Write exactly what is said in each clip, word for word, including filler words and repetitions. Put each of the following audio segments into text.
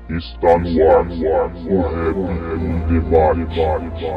Está no ar, o Rap Debate.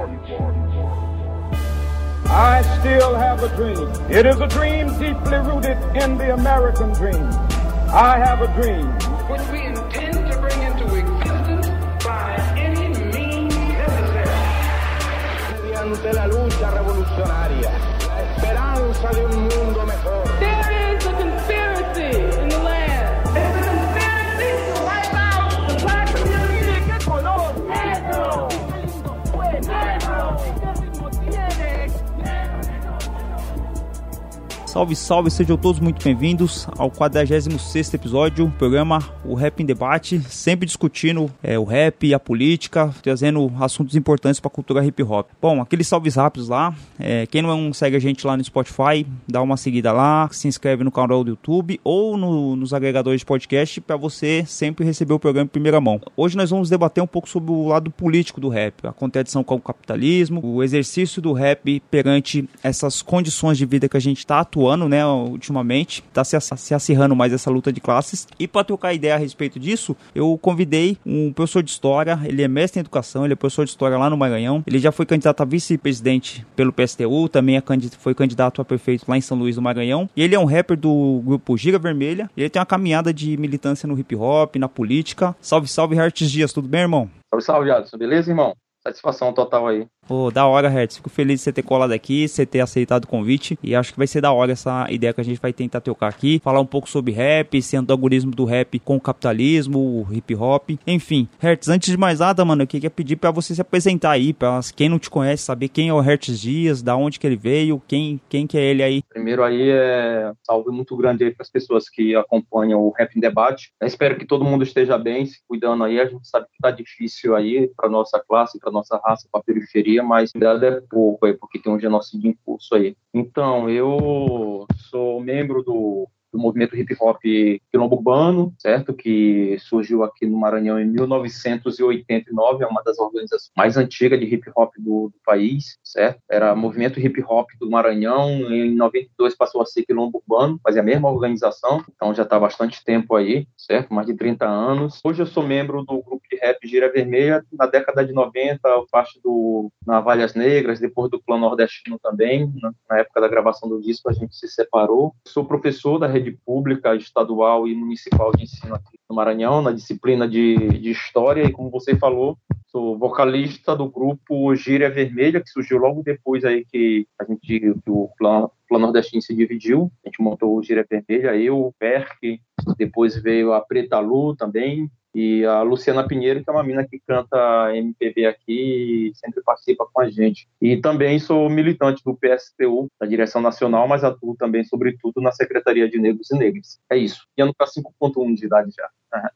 I still have a dream. It is a dream deeply rooted in the American dream. I have a dream which we intend to bring into existence by any means necessary. mediante la lucha revolucionaria, la esperanza de un mundo mejor. There is a conspiracy in the land. There's a conspiracy to wipe out the black community. ¿Qué color? Negro. Negro. Salve, salve, sejam todos muito bem-vindos ao quadragésimo sexto episódio do programa O Rap em Debate, sempre discutindo é, o rap e a política, trazendo assuntos importantes para a cultura hip hop. Bom, aqueles salves rápidos lá, é, quem não segue a gente lá no Spotify, dá uma seguida lá, se inscreve no canal do YouTube ou no, nos agregadores de podcast para você sempre receber o programa em primeira mão. Hoje nós vamos debater um pouco sobre o lado político do rap, a contradição com o capitalismo, o exercício do rap perante essas condições de vida que a gente está atuando ano, né, ultimamente, tá se, se acirrando mais essa luta de classes. E para trocar ideia a respeito disso, eu convidei um professor de história, ele é mestre em educação, ele é professor de história lá no Maranhão, ele já foi candidato a vice-presidente pelo P S T U, também é candid- foi candidato a prefeito lá em São Luís do Maranhão, e ele é um rapper do grupo Gira Vermelha, e ele tem uma caminhada de militância no hip hop, na política. Salve, salve, Hertz Dias, tudo bem, irmão? Salve, salve, Adson, beleza, irmão? Satisfação total aí. Pô, da hora, Hertz. Fico feliz de você ter colado aqui, você ter aceitado o convite. E acho que vai ser da hora essa ideia que a gente vai tentar trocar aqui. Falar um pouco sobre rap, esse antagonismo do rap com o capitalismo, o hip hop. Enfim, Hertz, antes de mais nada, mano, eu queria pedir pra você se apresentar aí, pra quem não te conhece, saber quem é o Hertz Dias, da onde que ele veio, quem, quem que é ele aí. Primeiro aí é um salve muito grande aí pras pessoas que acompanham o Rap em Debate. Eu espero que todo mundo esteja bem, se cuidando aí. A gente sabe que tá difícil aí pra nossa classe, pra nossa raça, pra periferia, mas cuidado é pouco aí, porque tem um genocídio em curso aí. Então, eu sou membro do, do movimento hip hop quilombo urbano, certo? Que surgiu aqui no Maranhão em mil novecentos e oitenta e nove, é uma das organizações mais antigas de hip hop do, do país, certo? Era movimento hip hop do Maranhão, em noventa e dois passou a ser quilombo urbano, fazia a mesma organização, então já está há bastante tempo aí, certo? Mais de trinta anos. Hoje eu sou membro do grupo de rap Gira Vermelha. Na década de noventa eu faço do Navalhas Negras, depois do Clã Nordestino também. Na época da gravação do disco a gente se separou. Sou professor da rede pública, estadual e municipal de ensino aqui no Maranhão, na disciplina de, de História, e como você falou, sou vocalista do grupo Gira Vermelha, que surgiu logo depois aí que a gente que o Clã, Clã Nordestino se dividiu. A gente montou o Gira Vermelha, eu, o Perk, depois veio a Preta Lu também, e a Luciana Pinheiro, que é uma mina que canta M P B aqui e sempre participa com a gente. E também sou militante do P S T U, da Direção Nacional, mas atuo também, sobretudo, na Secretaria de Negros e Negras. É isso. E ano para cinco ponto um de idade já.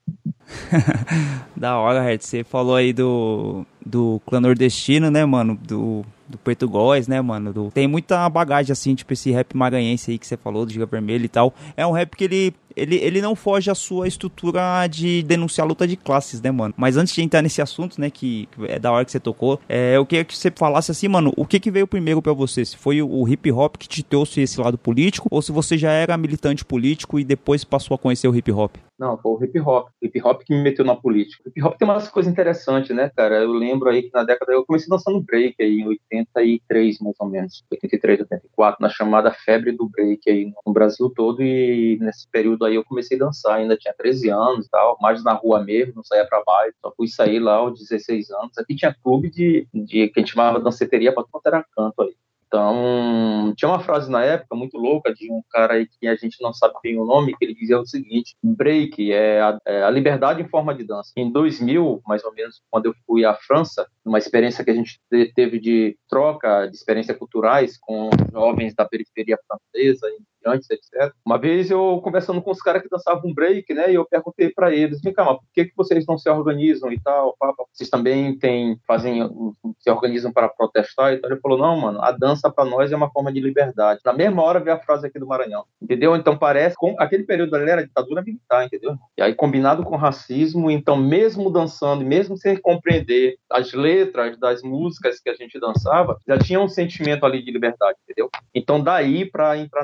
Da hora, Hertz. Você falou aí do, do Clã Nordestino, né, mano? Do... do Preto Góes, né, mano? Do... Tem muita bagagem, assim, tipo esse rap maranhense aí que você falou, do Giga Vermelho e tal. É um rap que ele, ele, ele não foge à sua estrutura de denunciar a luta de classes, né, mano? Mas antes de entrar nesse assunto, né, que é da hora que você tocou, é, eu queria que você falasse assim, mano, o que que veio primeiro pra você? Se foi o hip hop que te trouxe esse lado político, ou se você já era militante político e depois passou a conhecer o hip hop? Não, foi o hip hop. O hip hop que me meteu na política. O hip hop tem umas coisas interessantes, né, cara? Eu lembro aí que na década... Eu comecei dançando break aí em oitenta e três, mais ou menos. oitenta e três, oitenta e quatro, na chamada febre do break aí no Brasil todo. E nesse período aí eu comecei a dançar. Ainda tinha treze anos e tal. Mais na rua mesmo, não saía pra baixo. Só fui sair lá aos dezesseis anos. Aqui tinha clube de, de que a gente chamava danceteria pra todo era canto aí. Então, tinha uma frase na época muito louca de um cara aí que a gente não sabe bem o nome, que ele dizia o seguinte: break é a, é a liberdade em forma de dança. Em dois mil, mais ou menos, quando eu fui à França, numa experiência que a gente teve de troca de experiências culturais com jovens da periferia francesa, imigrantes, etcétera. Uma vez eu conversando com os caras que dançavam break, né, e eu perguntei para eles: vem cá, mas por que, que vocês não se organizam e tal? Papa? Vocês também tem, fazem, se organizam para protestar e tal? Ele falou: não, mano, a dança para nós é uma forma de liberdade. Na mesma hora veio a frase aqui do Maranhão, entendeu? Então parece, com aquele período ali era ditadura militar, entendeu? E aí combinado com racismo, então mesmo dançando, mesmo sem compreender as letras das músicas que a gente dançava, já tinha um sentimento ali de liberdade, entendeu? Então daí para entrar na política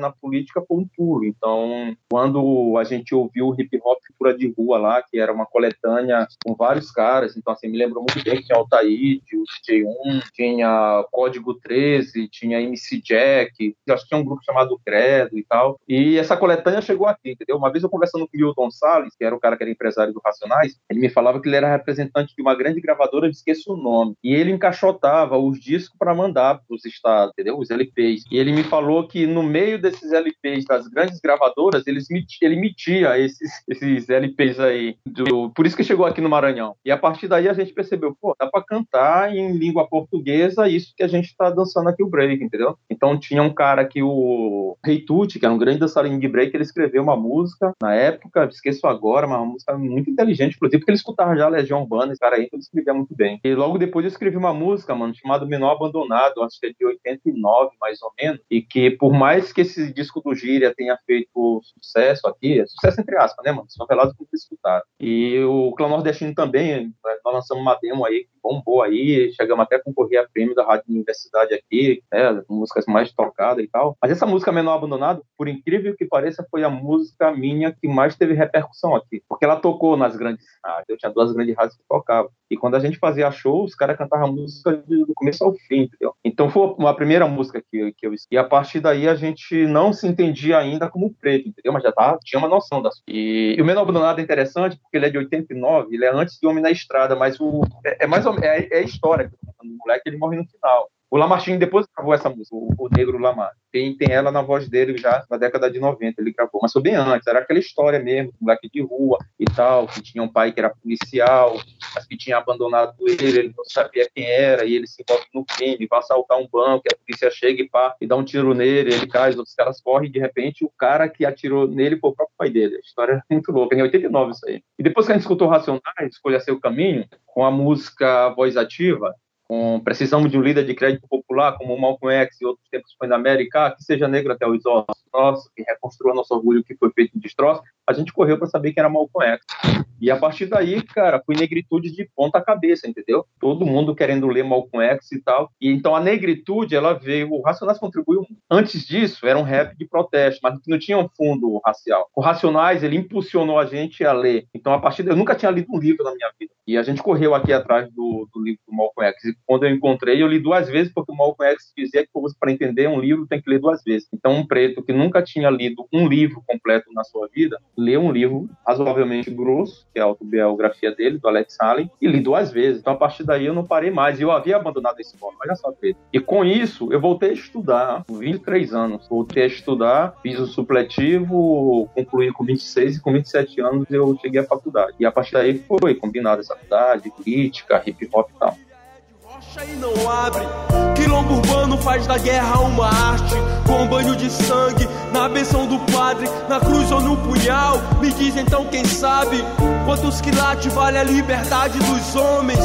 política foi um pulo. Então, quando a gente ouviu o hip hop Cultura de Rua lá, que era uma coletânea com vários caras, então assim, me lembro muito bem que tinha Altaíde, o D J um, tinha Código treze, tinha M C Jack, acho que tinha um grupo chamado Credo e tal, e essa coletânea chegou aqui, entendeu? Uma vez eu conversando com o Milton Salles, que era o cara que era empresário do Racionais, ele me falava que ele era representante de uma grande gravadora, eu esqueço o nome, e ele encaixotava os discos para mandar para os estados, entendeu? Os L Ps, e ele me falou que no meio desses L Ps das grandes gravadoras, eles ele emitia esses, esses L Ps aí, do, por isso que chegou aqui no Maranhão, e a partir daí a gente percebeu, pô, dá para cantar em língua portuguesa isso que a gente está dançando aqui o break, entendeu? Então tinha um cara que o Rei Tuti, que era um grande dançarino de break, ele escreveu uma música, na época, esqueço agora, mas uma música muito inteligente, inclusive porque ele escutava já a Legião Urbana, esse cara aí, então ele escrevia muito bem. E logo depois eu escrevi uma música, mano, chamada Menor Abandonado, acho que é de oitenta e nove, mais ou menos, e que por mais que esse disco do Gíria tenha feito sucesso aqui, sucesso entre aspas, né, mano, são velados por escutar. E o Clã Nordestino também, nós lançamos uma demo aí, que bombou aí, chegamos até a concorrer a prêmio da Rádio Universidade aqui, né, músicas mais tocadas e tal. Mas essa música Menor Abandonado, por incrível que pareça, foi a música minha que mais teve repercussão aqui, porque ela tocou nas grandes rádios, eu tinha duas grandes rádios que tocavam. E quando a gente fazia show, os caras cantavam a música do começo ao fim, entendeu? Então foi uma primeira música que, que eu escrevi. E a partir daí a gente não se entendia ainda como preto, entendeu? Mas já tava, tinha uma noção das coisas. E, e o Menor Abandonado é interessante porque ele é de oitenta e nove, ele é antes de Homem na Estrada, mas o, é, é mais ou, é, é a história. O moleque, ele morre no final. O Lamartine depois gravou essa música, o, o Negro Lamar. Tem, tem ela na voz dele já na década de noventa, ele gravou. Mas foi bem antes, era aquela história mesmo, do moleque de rua e tal, que tinha um pai que era policial, mas que tinha abandonado ele, ele não sabia quem era, e ele se envolve no crime, vai assaltar um banco, e a polícia chega e, pá, e dá um tiro nele, ele cai, os outros caras correm, e de repente o cara que atirou nele foi o próprio pai dele. A história é muito louca, em oitenta e nove isso aí. E depois que a gente escutou Racionais, Escolha Seu Caminho, com a música Voz Ativa, com Precisamos de um Líder de Crédito Popular, como o Malcolm X e outros tempos foi na América, que seja negro até os ossos, nosso, que reconstrua nosso orgulho que foi feito em destroço, a gente correu para saber quem era Malcolm X. E a partir daí, cara, foi negritude de ponta cabeça, entendeu? Todo mundo querendo ler Malcolm X e tal. E então a negritude, ela veio, o Racionais contribuiu. Antes disso, era um rap de protesto, mas não tinha um fundo racial. O Racionais, ele impulsionou a gente a ler. Então, a partir daí, eu nunca tinha lido um livro na minha vida. E a gente correu aqui atrás do, do livro do Malcolm X. E quando eu encontrei, eu li duas vezes, porque o Malcolm X dizia que para entender um livro tem que ler duas vezes. Então, um preto que nunca tinha lido um livro completo na sua vida, leu um livro razoavelmente grosso, que é a autobiografia dele, do Alex Haley, e li duas vezes. Então, a partir daí, eu não parei mais. E eu havia abandonado a escola. Olha só, preto. E com isso, eu voltei a estudar. Com vinte e três anos. Voltei a estudar, fiz o supletivo, concluí com vinte e seis, e com vinte e sete anos eu cheguei à faculdade. E a partir daí foi combinado essa faculdade, crítica, hip hop e tal. Rocha e não abre, quilombo urbano faz da guerra uma arte, com banho de sangue, na benção do padre, na cruz ou no punhal. Me diz então quem sabe, quantos quilates vale a liberdade dos homens?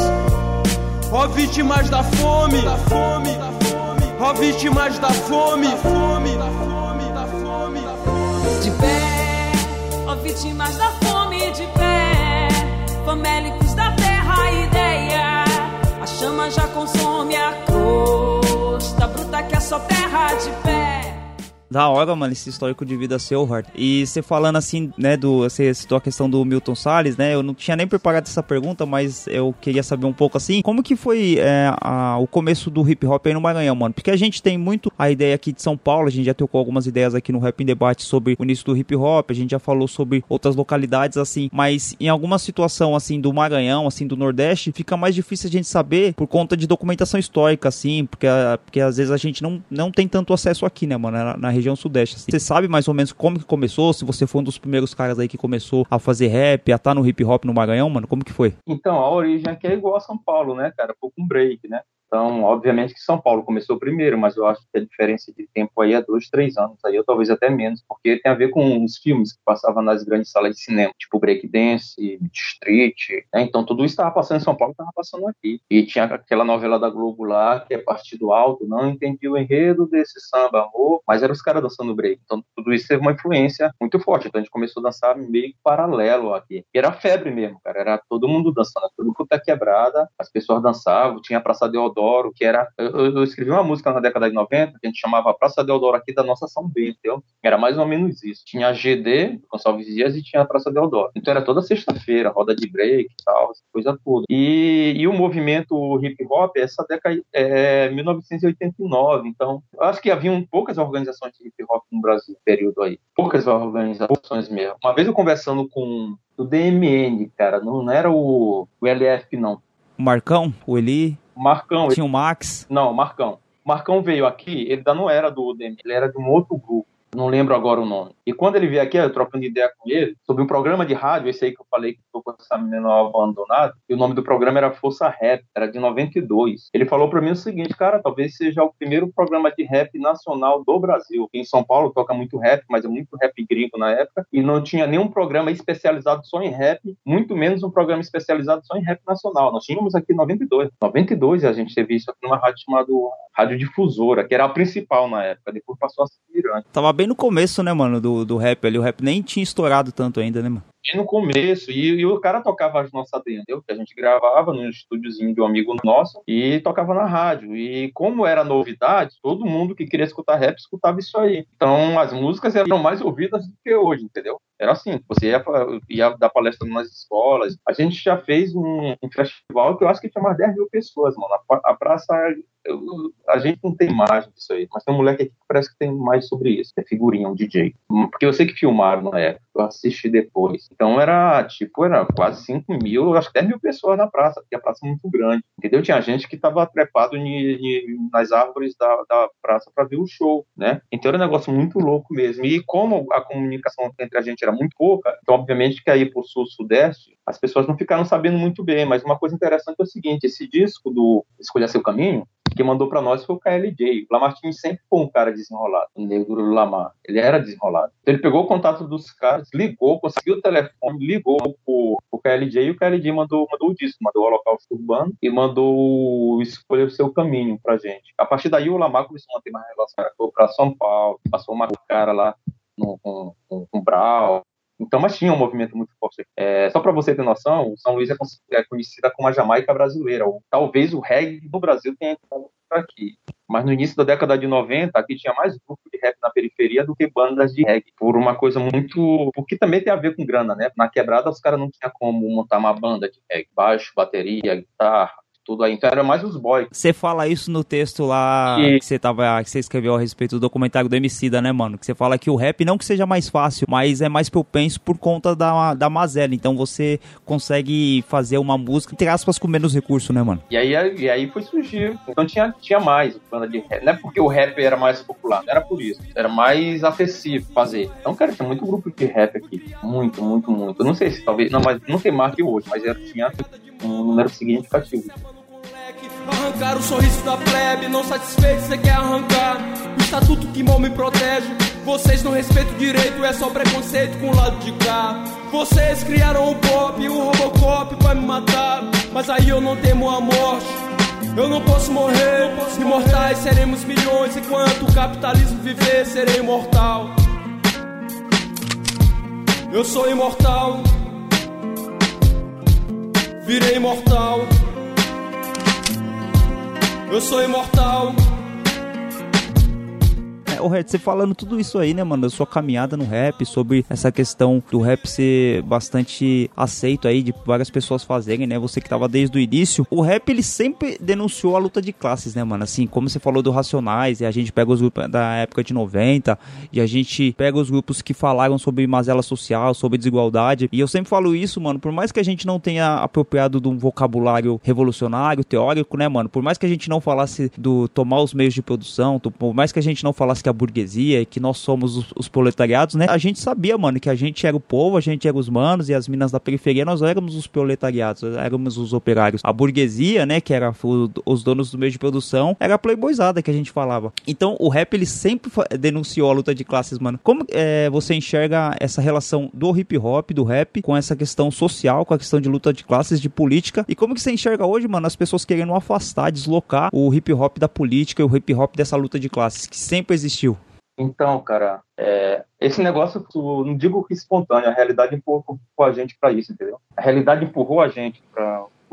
Ó vítimas da fome, da fome, da fome, ó vítimas da fome, da fome, da fome, da fome, da fome. De pé, ó vítimas da fome, de pé, famélicos da terra, ideia. A chama já consome a crosta bruta que é só terra de pé. Da hora, mano, esse histórico de vida seu, Hart. E você falando assim, né, do, você citou a questão do Milton Salles, né, eu não tinha nem preparado essa pergunta, mas eu queria saber um pouco assim, como que foi é, a, o começo do hip hop aí no Maranhão, mano? Porque a gente tem muito a ideia aqui de São Paulo, a gente já tocou algumas ideias aqui no Rap em Debate sobre o início do hip hop, a gente já falou sobre outras localidades, assim, mas em alguma situação, assim, do Maranhão, assim, do Nordeste, fica mais difícil a gente saber por conta de documentação histórica, assim, porque, porque às vezes a gente não, não tem tanto acesso aqui, né, mano, na, na região sudeste, assim. Você sabe mais ou menos como que começou? Se você foi um dos primeiros caras aí que começou a fazer rap, a estar no hip hop no Maranhão, mano, como que foi? Então, a origem aqui é igual a São Paulo, né, cara? Foi com break, né? Então, obviamente que São Paulo começou primeiro, mas eu acho que a diferença de tempo aí é dois, três anos, aí ou talvez até menos, porque tem a ver com os filmes que passavam nas grandes salas de cinema, tipo Breakdance, Street, né? Então tudo isso estava passando em São Paulo, estava passando aqui. E tinha aquela novela da Globo lá, que é Partido Alto, não entendi o enredo desse samba, amor, mas eram os caras dançando break. Então tudo isso teve uma influência muito forte, então a gente começou a dançar meio que paralelo aqui. E era febre mesmo, cara, era todo mundo dançando, todo mundo tá quebrada, as pessoas dançavam, tinha a Praça Deodoro, Deodoro, que era... Eu, eu escrevi uma música na década de noventa, que a gente chamava Praça Deodoro aqui da nossa São Bento, entendeu? Era mais ou menos isso. Tinha a G D, Gonçalves Dias, e tinha a Praça Deodoro. Então era toda sexta-feira, roda de break e tal, essa coisa toda. E, e o movimento hip-hop, essa década é mil novecentos e oitenta e nove, então eu acho que haviam poucas organizações de hip-hop no Brasil, período aí. Poucas organizações mesmo. Uma vez eu conversando com o D M N, cara, não, não era o, o L F, não. O Marcão, o Eli, o Marcão. Tinha ele... o Max. Não, o Marcão. O Marcão veio aqui, ele ainda não era do D M N, ele era de um outro grupo. Não lembro agora o nome. E quando ele veio aqui, eu trocando ideia com ele, sobre um programa de rádio, esse aí que eu falei que estou com essa menina abandonada, e o nome do programa era Força Rap, era de noventa e dois. Ele falou para mim o seguinte, cara, talvez seja o primeiro programa de rap nacional do Brasil. Em São Paulo toca muito rap, mas é muito rap gringo na época, e não tinha nenhum programa especializado só em rap, muito menos um programa especializado só em rap nacional. Nós tínhamos aqui em noventa e dois. noventa e dois a gente teve isso aqui numa rádio chamada Rádio Difusora, que era a principal na época, depois passou a ser Mirante. Tava bem no começo, né, mano, do, do rap ali. O rap nem tinha estourado tanto ainda, né, mano? Bem no começo. E, e o cara tocava as nossas demos, entendeu? Que a gente gravava no estúdiozinho de um amigo nosso e tocava na rádio. E como era novidade, todo mundo que queria escutar rap escutava isso aí. Então as músicas eram mais ouvidas do que hoje, entendeu? Era assim, você ia, ia dar palestra nas escolas. A gente já fez um, um festival que eu acho que tinha mais dez mil pessoas, mano. A, a praça... Eu, a gente não tem imagem disso aí, mas tem um moleque aqui que parece que tem mais sobre isso, é figurinha, um D J, porque eu sei que filmaram na época, eu assisti depois, então era tipo, era quase cinco mil, acho que dez mil pessoas na praça, porque a praça é muito grande, entendeu? Tinha gente que tava trepado ni, ni, nas árvores da, da praça para ver o show, né? Então era um negócio muito louco mesmo, e como a comunicação entre a gente era muito pouca, então obviamente que aí pro sul-sudeste, as pessoas não ficaram sabendo muito bem, mas uma coisa interessante é o seguinte, esse disco do Escolha Seu Caminho, que mandou pra nós foi o K L J. O Lamartine sempre foi um cara desenrolado, o Negro Lamar. Ele era desenrolado. Então ele pegou o contato dos caras, ligou, conseguiu o telefone, ligou pro, pro K L J e o K L J mandou, mandou o disco, mandou o Holocausto Urbano e mandou Escolher o Seu Caminho pra gente. A partir daí o Lamar começou a ter mais relação. Foi pra São Paulo, passou uma cara lá no, com, com, com o Brau. Então, mas tinha um movimento muito forte. É, só para você ter noção, o São Luís é, é conhecida como a Jamaica brasileira. Ou, talvez o reggae no Brasil tenha entrado aqui. Mas no início da década de noventa, aqui tinha mais grupo de rap na periferia do que bandas de reggae. Por uma coisa muito... Porque também tem a ver com grana, né? Na quebrada, os caras não tinham como montar uma banda de reggae. Baixo, bateria, guitarra, tudo aí. Então era mais os boys. Você fala isso no texto lá e... que você tava, que você escreveu a respeito do documentário do Emicida, né, mano? Que você fala que o rap não que seja mais fácil, mas é mais propenso por conta da, da mazela. Então você consegue fazer uma música, entre aspas, com menos recurso, né, mano? E aí, e aí foi surgir. Então tinha, tinha mais banda de rap. Não é porque o rap era mais popular, não era por isso. Era mais acessível fazer. Então, cara, tinha muito grupo de rap aqui. Muito, muito, muito. Eu não sei se talvez... Não, mas não tem mais que hoje, mas era, tinha um número significativo. Arrancar o sorriso da plebe, não satisfeito, cê quer arrancar o estatuto que mal me protege. Vocês não respeitam o direito, é só preconceito com o lado de cá. Vocês criaram o pop e o Robocop pra me matar, mas aí eu não temo a morte. Eu não posso morrer, imortais seremos milhões. Enquanto o capitalismo viver, serei imortal. Eu sou imortal, virei imortal. Eu sou imortal. É, o Red, você falando tudo isso aí, né, mano, da sua caminhada no rap, sobre essa questão do rap ser bastante aceito aí, de várias pessoas fazerem, né, você que tava desde o início, o rap, ele sempre denunciou a luta de classes, né, mano, assim, como você falou do Racionais, e a gente pega os grupos da época de noventa, e a gente pega os grupos que falaram sobre mazela social, sobre desigualdade, e eu sempre falo isso, mano, por mais que a gente não tenha apropriado de um vocabulário revolucionário, teórico, né, mano, por mais que a gente não falasse do tomar os meios de produção, por mais que a gente não falasse que a burguesia e que nós somos os, os proletariados, né? A gente sabia, mano, que a gente era o povo, a gente era os manos e as minas da periferia, nós éramos os proletariados, éramos os operários. A burguesia, né, que era o, os donos do meio de produção, era a playboyzada que a gente falava. Então, o rap, ele sempre denunciou a luta de classes, mano. Como é, você enxerga essa relação do hip hop, do rap, com essa questão social, com a questão de luta de classes, de política, e como que você enxerga hoje, mano, as pessoas querendo afastar, deslocar o hip hop da política e o hip hop dessa luta de classes, que sempre existiu? Então, cara, é, esse negócio, não digo que espontâneo, a realidade empurrou a gente para isso, entendeu? A realidade empurrou a gente para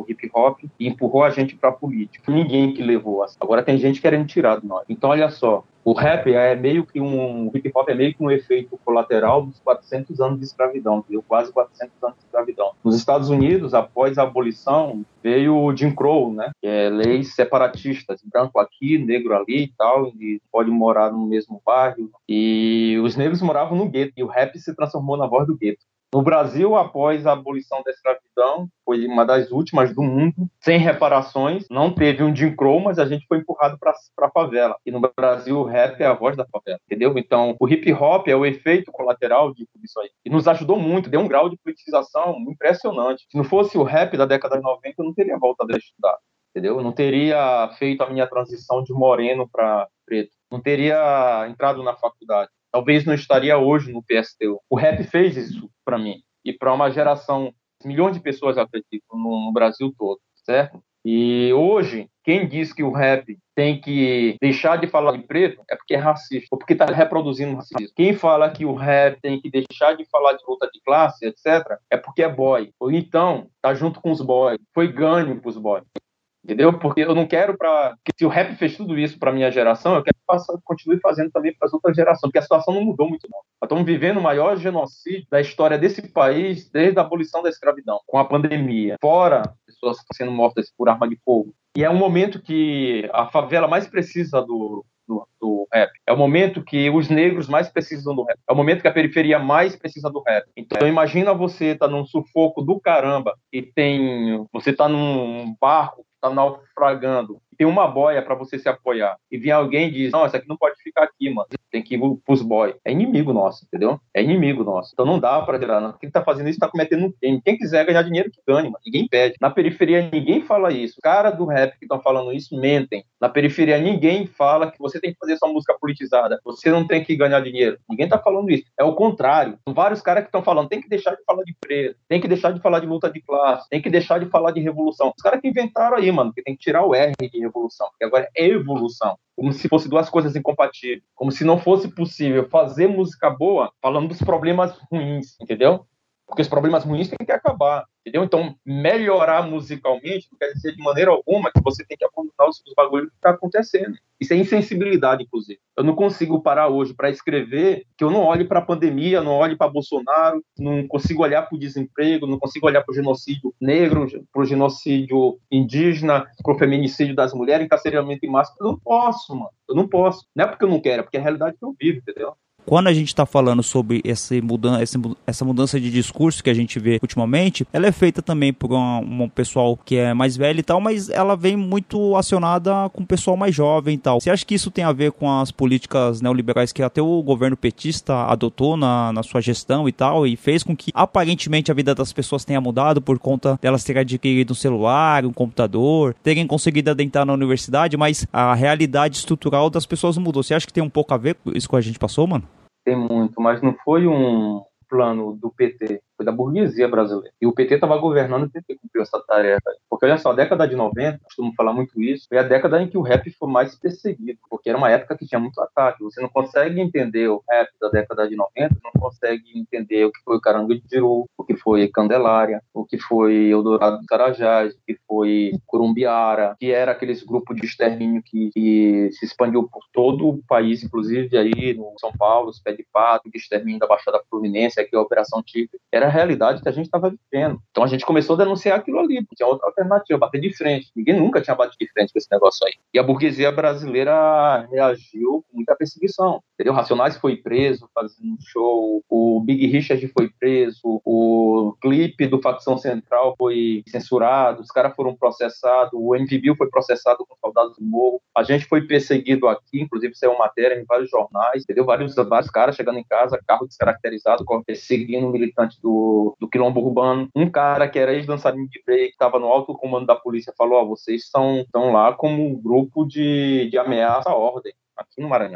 pro hip hop e empurrou a gente pra política. Ninguém que levou. Agora tem gente querendo tirar de nós. Então, olha só, o rap é meio que um... O hip hop é meio que um efeito colateral dos quatrocentos anos de escravidão, entendeu? Quase quatrocentos anos de escravidão. Nos Estados Unidos, após a abolição, veio o Jim Crow, né? Que é leis separatistas. Branco aqui, negro ali e tal, e pode morar no mesmo bairro. E os negros moravam no gueto, e o rap se transformou na voz do gueto. No Brasil, após a abolição da escravidão, foi uma das últimas do mundo, sem reparações, não teve um Jim Crow, mas a gente foi empurrado para a favela. E no Brasil, o rap é a voz da favela, entendeu? Então, o hip hop é o efeito colateral de tudo isso aí. E nos ajudou muito, deu um grau de politização impressionante. Se não fosse o rap da década de noventa, eu não teria voltado a estudar, entendeu? Eu não teria feito a minha transição de moreno para preto. Não teria entrado na faculdade. Talvez não estaria hoje no P S T U. O rap fez isso para mim e para uma geração, milhões de pessoas, acredito, no, no Brasil todo, certo? E hoje, quem diz que o rap tem que deixar de falar de preto é porque é racista, ou porque está reproduzindo racismo. Quem fala que o rap tem que deixar de falar de luta de classe, etcétera, é porque é boy. Ou então, tá junto com os boys. Foi ganho pros boys. Entendeu? Porque eu não quero para... Se o rap fez tudo isso para minha geração, eu quero que faça, continue fazendo também para as outras gerações, porque a situação não mudou muito, não. Nós estamos vivendo o maior genocídio da história desse país desde a abolição da escravidão, com a pandemia. Fora pessoas sendo mortas por arma de fogo. E é um momento que a favela mais precisa do... Do, do rap. É o momento que os negros mais precisam do rap. É o momento que a periferia mais precisa do rap. Então imagina você tá num sufoco do caramba e tem... Você tá num barco, tá naufragando, e tem uma boia para você se apoiar. E vem alguém e diz, não, essa aqui não pode ficar aqui, mano. Tem que ir pros boys. É inimigo nosso, entendeu? É inimigo nosso. Então não dá pra tirar. Quem tá fazendo isso tá cometendo um crime. Quem quiser ganhar dinheiro, que ganhe, mano. Ninguém pede. Na periferia, ninguém fala isso. Os caras do rap que estão falando isso mentem. Na periferia, ninguém fala que você tem que fazer sua música politizada. Você não tem que ganhar dinheiro. Ninguém tá falando isso. É o contrário. São vários caras que estão falando, tem que deixar de falar de preto, tem que deixar de falar de luta de classe, tem que deixar de falar de revolução. Os caras que inventaram aí, mano, que tem que tirar o R de revolução, porque agora é evolução. Como se fossem duas coisas incompatíveis. Como se não fosse possível fazer música boa falando dos problemas ruins, entendeu? Porque os problemas ruins têm que acabar, entendeu? Então, melhorar musicalmente não quer dizer de maneira alguma que você tem que abandonar os, os bagulhos que está acontecendo. Isso é insensibilidade, inclusive. Eu não consigo parar hoje para escrever que eu não olhe para a pandemia, não olhe para Bolsonaro, não consigo olhar para o desemprego, não consigo olhar para o genocídio negro, para o genocídio indígena, para o feminicídio das mulheres, encarceramento em massa. Eu não posso, mano. Eu não posso. Não é porque eu não quero, é porque é a realidade que eu vivo, entendeu? Quando a gente está falando sobre esse mudan essa mudança de discurso que a gente vê ultimamente, ela é feita também por um, um pessoal que é mais velho e tal, mas ela vem muito acionada com o pessoal mais jovem e tal. Você acha que isso tem a ver com as políticas neoliberais que até o governo petista adotou na, na sua gestão e tal, e fez com que aparentemente a vida das pessoas tenha mudado por conta delas terem adquirido um celular, um computador, terem conseguido adentrar na universidade, mas a realidade estrutural das pessoas mudou? Você acha que tem um pouco a ver com isso que a gente passou, mano? Tem muito, mas não foi um plano do P T, foi da burguesia brasileira. E o P T estava governando e o P T cumpriu essa tarefa. Porque, olha só, a década de noventa, costumo falar muito isso, foi a década em que o rap foi mais perseguido, porque era uma época que tinha muito ataque. Você não consegue entender o rap da década de noventa, não consegue entender o que foi o Carandiru, o que foi Candelária, o que foi Eldorado dos Carajás, o que foi Curumbiara, que era aqueles grupos de extermínio que, que se expandiu por todo o país, inclusive aí no São Paulo, os Pé de Pato, de extermínio da Baixada Fluminense, aqui a Operação Tigre. Era a realidade que a gente estava vivendo. Então a gente começou a denunciar aquilo ali, não tinha outra alternativa, bater de frente. Ninguém nunca tinha batido de frente com esse negócio aí. E a burguesia brasileira reagiu com muita perseguição, entendeu? Racionais foi preso fazendo um show, o Big Richard foi preso, o clipe do Facção Central foi censurado, os caras foram processados, o M V Bill foi processado com soldados do morro, a gente foi perseguido aqui, inclusive saiu matéria em vários jornais, entendeu? Vários, vários caras chegando em casa, carro descaracterizado, perseguindo um militante do, do Quilombo Urbano. Um cara que era ex-dançarino de break, que estava no alto comando da polícia, falou, ó, oh, vocês estão lá como um grupo de, de ameaça à ordem, aqui no Maranhão.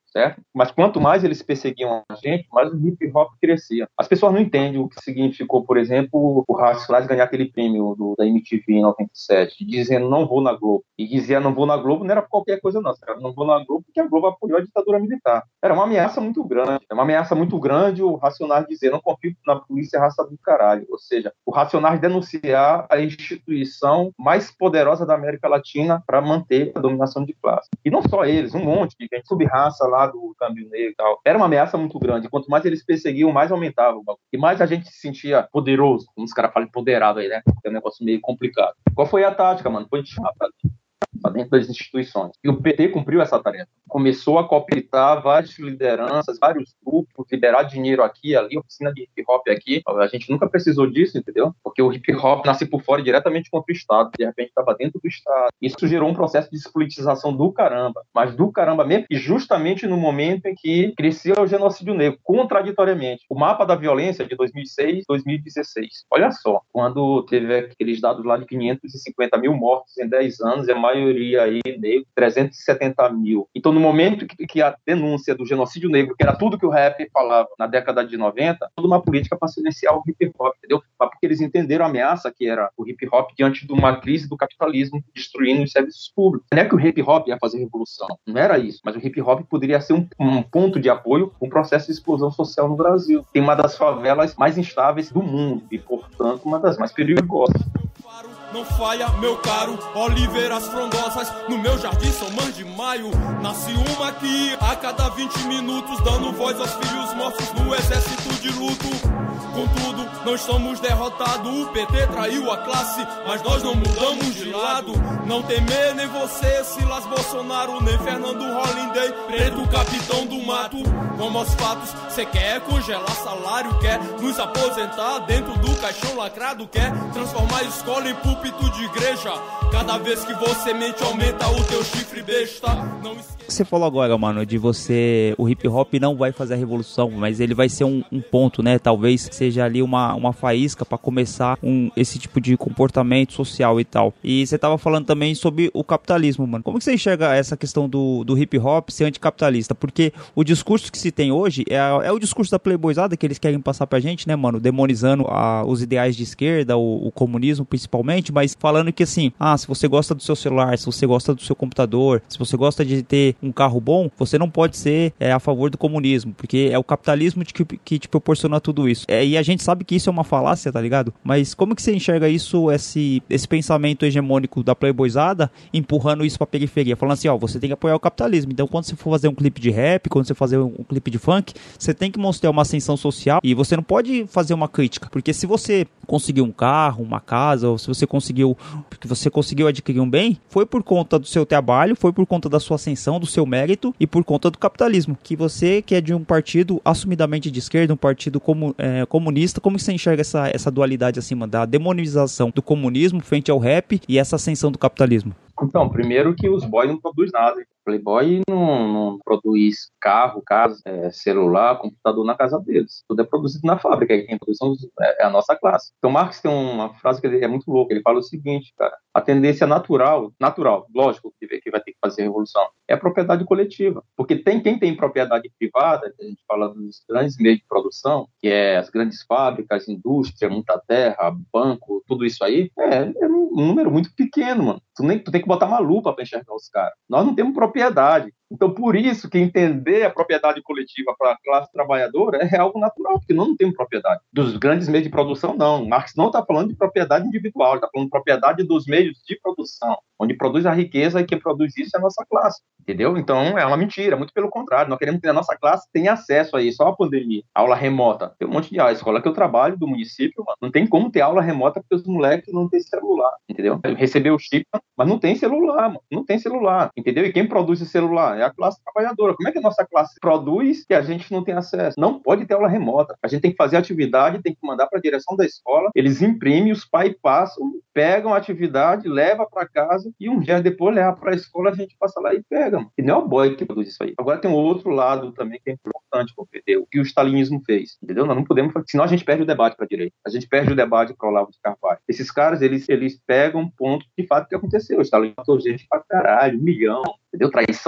certo? Mas quanto mais eles perseguiam a gente, mais o hip hop crescia. As pessoas não entendem o que significou, por exemplo, o Racionais ganhar aquele prêmio do, da M T V em noventa e sete, dizendo não vou na Globo. E dizia não vou na Globo não era por qualquer coisa não, era não vou na Globo porque a Globo apoiou a ditadura militar. Era uma ameaça muito grande. É uma ameaça muito grande o Racionais dizer não confio na polícia, é raça do caralho. Ou seja, o Racionais denunciar a instituição mais poderosa da América Latina para manter a dominação de classe. E não só eles, um monte de gente, sub-raça lá do câmbio negro e tal. Era uma ameaça muito grande. Quanto mais eles perseguiam, mais aumentava o bagulho. E mais a gente se sentia poderoso, como os caras falam empoderado aí, né? É um negócio meio complicado. Qual foi a tática, mano? Foi de chamar pra dentro das instituições. E o P T cumpriu essa tarefa. Começou a cooptar várias lideranças, vários grupos, liberar dinheiro aqui, ali, oficina de hip hop aqui. A gente nunca precisou disso, entendeu? Porque o hip hop nasce por fora diretamente contra o Estado. De repente estava dentro do Estado. Isso gerou um processo de despolitização do caramba. Mas do caramba mesmo. E justamente no momento em que crescia o genocídio negro, contraditoriamente. O mapa da violência de dois mil e seis, dois mil e dezesseis. Olha só, quando teve aqueles dados lá de quinhentos e cinquenta mil mortos em dez anos, e a maioria aí negro, trezentos e setenta mil. Então, no momento que, que a denúncia do genocídio negro, que era tudo que o rap falava na década de noventa, toda uma política para silenciar o hip hop, entendeu? Porque eles entenderam a ameaça que era o hip hop diante de uma crise do capitalismo destruindo os serviços públicos. Não é que o hip hop ia fazer revolução, não era isso, mas o hip hop poderia ser um, um ponto de apoio, um processo de explosão social no Brasil. Tem uma das favelas mais instáveis do mundo e, portanto, uma das mais perigosas. Não falha, meu caro, oliveiras frondosas no meu jardim são mães de maio. Nasce uma aqui a cada vinte minutos, dando voz aos filhos mortos no exército de luto. Contudo, não estamos derrotados, o P T traiu a classe, mas nós não mudamos de lado. Não temer nem você, Silas Bolsonaro, nem Fernando Holliday, preto capitão do mato. Vamos aos fatos, cê quer congelar salário, quer nos aposentar dentro do caixão lacrado, quer transformar a escola em púlpito de igreja. Cada vez que você mente, aumenta o teu chifre besta. Não esqueça. Você falou agora, mano, de você, o hip hop não vai fazer a revolução, mas ele vai ser um, um ponto, né? Talvez seja ali uma, uma faísca para começar um, esse tipo de comportamento social e tal. E você tava falando também sobre o capitalismo, mano. Como que você enxerga essa questão do, do hip hop ser anticapitalista? Porque o discurso que se tem hoje é, é o discurso da playboyzada que eles querem passar pra gente, né, mano? Demonizando a, os ideais de esquerda, o, o comunismo principalmente, mas falando que assim, ah, se você gosta do seu celular, se você gosta do seu computador, se você gosta de ter um carro bom, você não pode ser é, a favor do comunismo, porque é o capitalismo que, que te proporciona tudo isso. É, e a gente sabe que isso é uma falácia, tá ligado? Mas como que você enxerga isso, esse, esse pensamento hegemônico da playboyzada, empurrando isso pra periferia, falando assim, ó, você tem que apoiar o capitalismo, então quando você for fazer um clipe de rap, quando você fazer um, um clipe de funk, você tem que mostrar uma ascensão social e você não pode fazer uma crítica, porque se você conseguiu um carro, uma casa, ou se você conseguiu, porque você conseguiu adquirir um bem, foi por conta do seu trabalho, foi por conta da sua ascensão, do seu mérito e por conta do capitalismo. Que você, que é de um partido assumidamente de esquerda, um partido comu, é, comunista, como que você enxerga essa, essa dualidade acima da demonização do comunismo frente ao rap e essa ascensão do capitalismo? Então, primeiro que os boys não produzem nada. Playboy não, não produz carro, casa, é, celular, computador na casa deles. Tudo é produzido na fábrica. Quem produz é a nossa classe. Então, Marx tem uma frase que é muito louca. Ele fala o seguinte, cara. A tendência natural, natural, lógico que vai ter que fazer a revolução, é a propriedade coletiva. Porque tem quem tem propriedade privada, a gente fala dos grandes meios de produção, que é as grandes fábricas, indústria, muita terra, banco, tudo isso aí, é, é um número muito pequeno, mano. Tu, nem, tu tem que botar uma lupa para enxergar os caras. Nós não temos propriedade. Então, por isso que entender a propriedade coletiva para a classe trabalhadora é algo natural, porque nós não temos propriedade. Dos grandes meios de produção, não. Marx não está falando de propriedade individual, ele está falando de propriedade dos meios de produção, onde produz a riqueza e quem produz isso é a nossa classe. Entendeu? Então, é uma mentira, muito pelo contrário. Nós queremos que a nossa classe tenha acesso a isso. Só a pandemia, aula remota. Tem um monte de aula. A escola que eu trabalho, do município, mano, não tem como ter aula remota porque os moleques não têm celular, entendeu? Recebeu o chip, mas não tem celular, mano. Não tem celular, entendeu? E quem produz esse celular? É a classe trabalhadora. Como é que a nossa classe produz e a gente não tem acesso? Não pode ter aula remota. A gente tem que fazer atividade, tem que mandar para a direção da escola, eles imprimem, os pais passam, pegam a atividade, levam para casa e um dia depois leva para a escola, a gente passa lá e pega, mano. E não é o boy que produz isso aí. Agora tem um outro lado também que é importante compreender, o que o stalinismo fez, entendeu? Nós não podemos, senão a gente perde o debate para a direita. A gente perde o debate para o Olavo de Carvalho. Esses caras, eles, eles pegam um ponto de fato que aconteceu. O Stalin matou gente pra caralho, um milhão, entendeu? Traição da porra.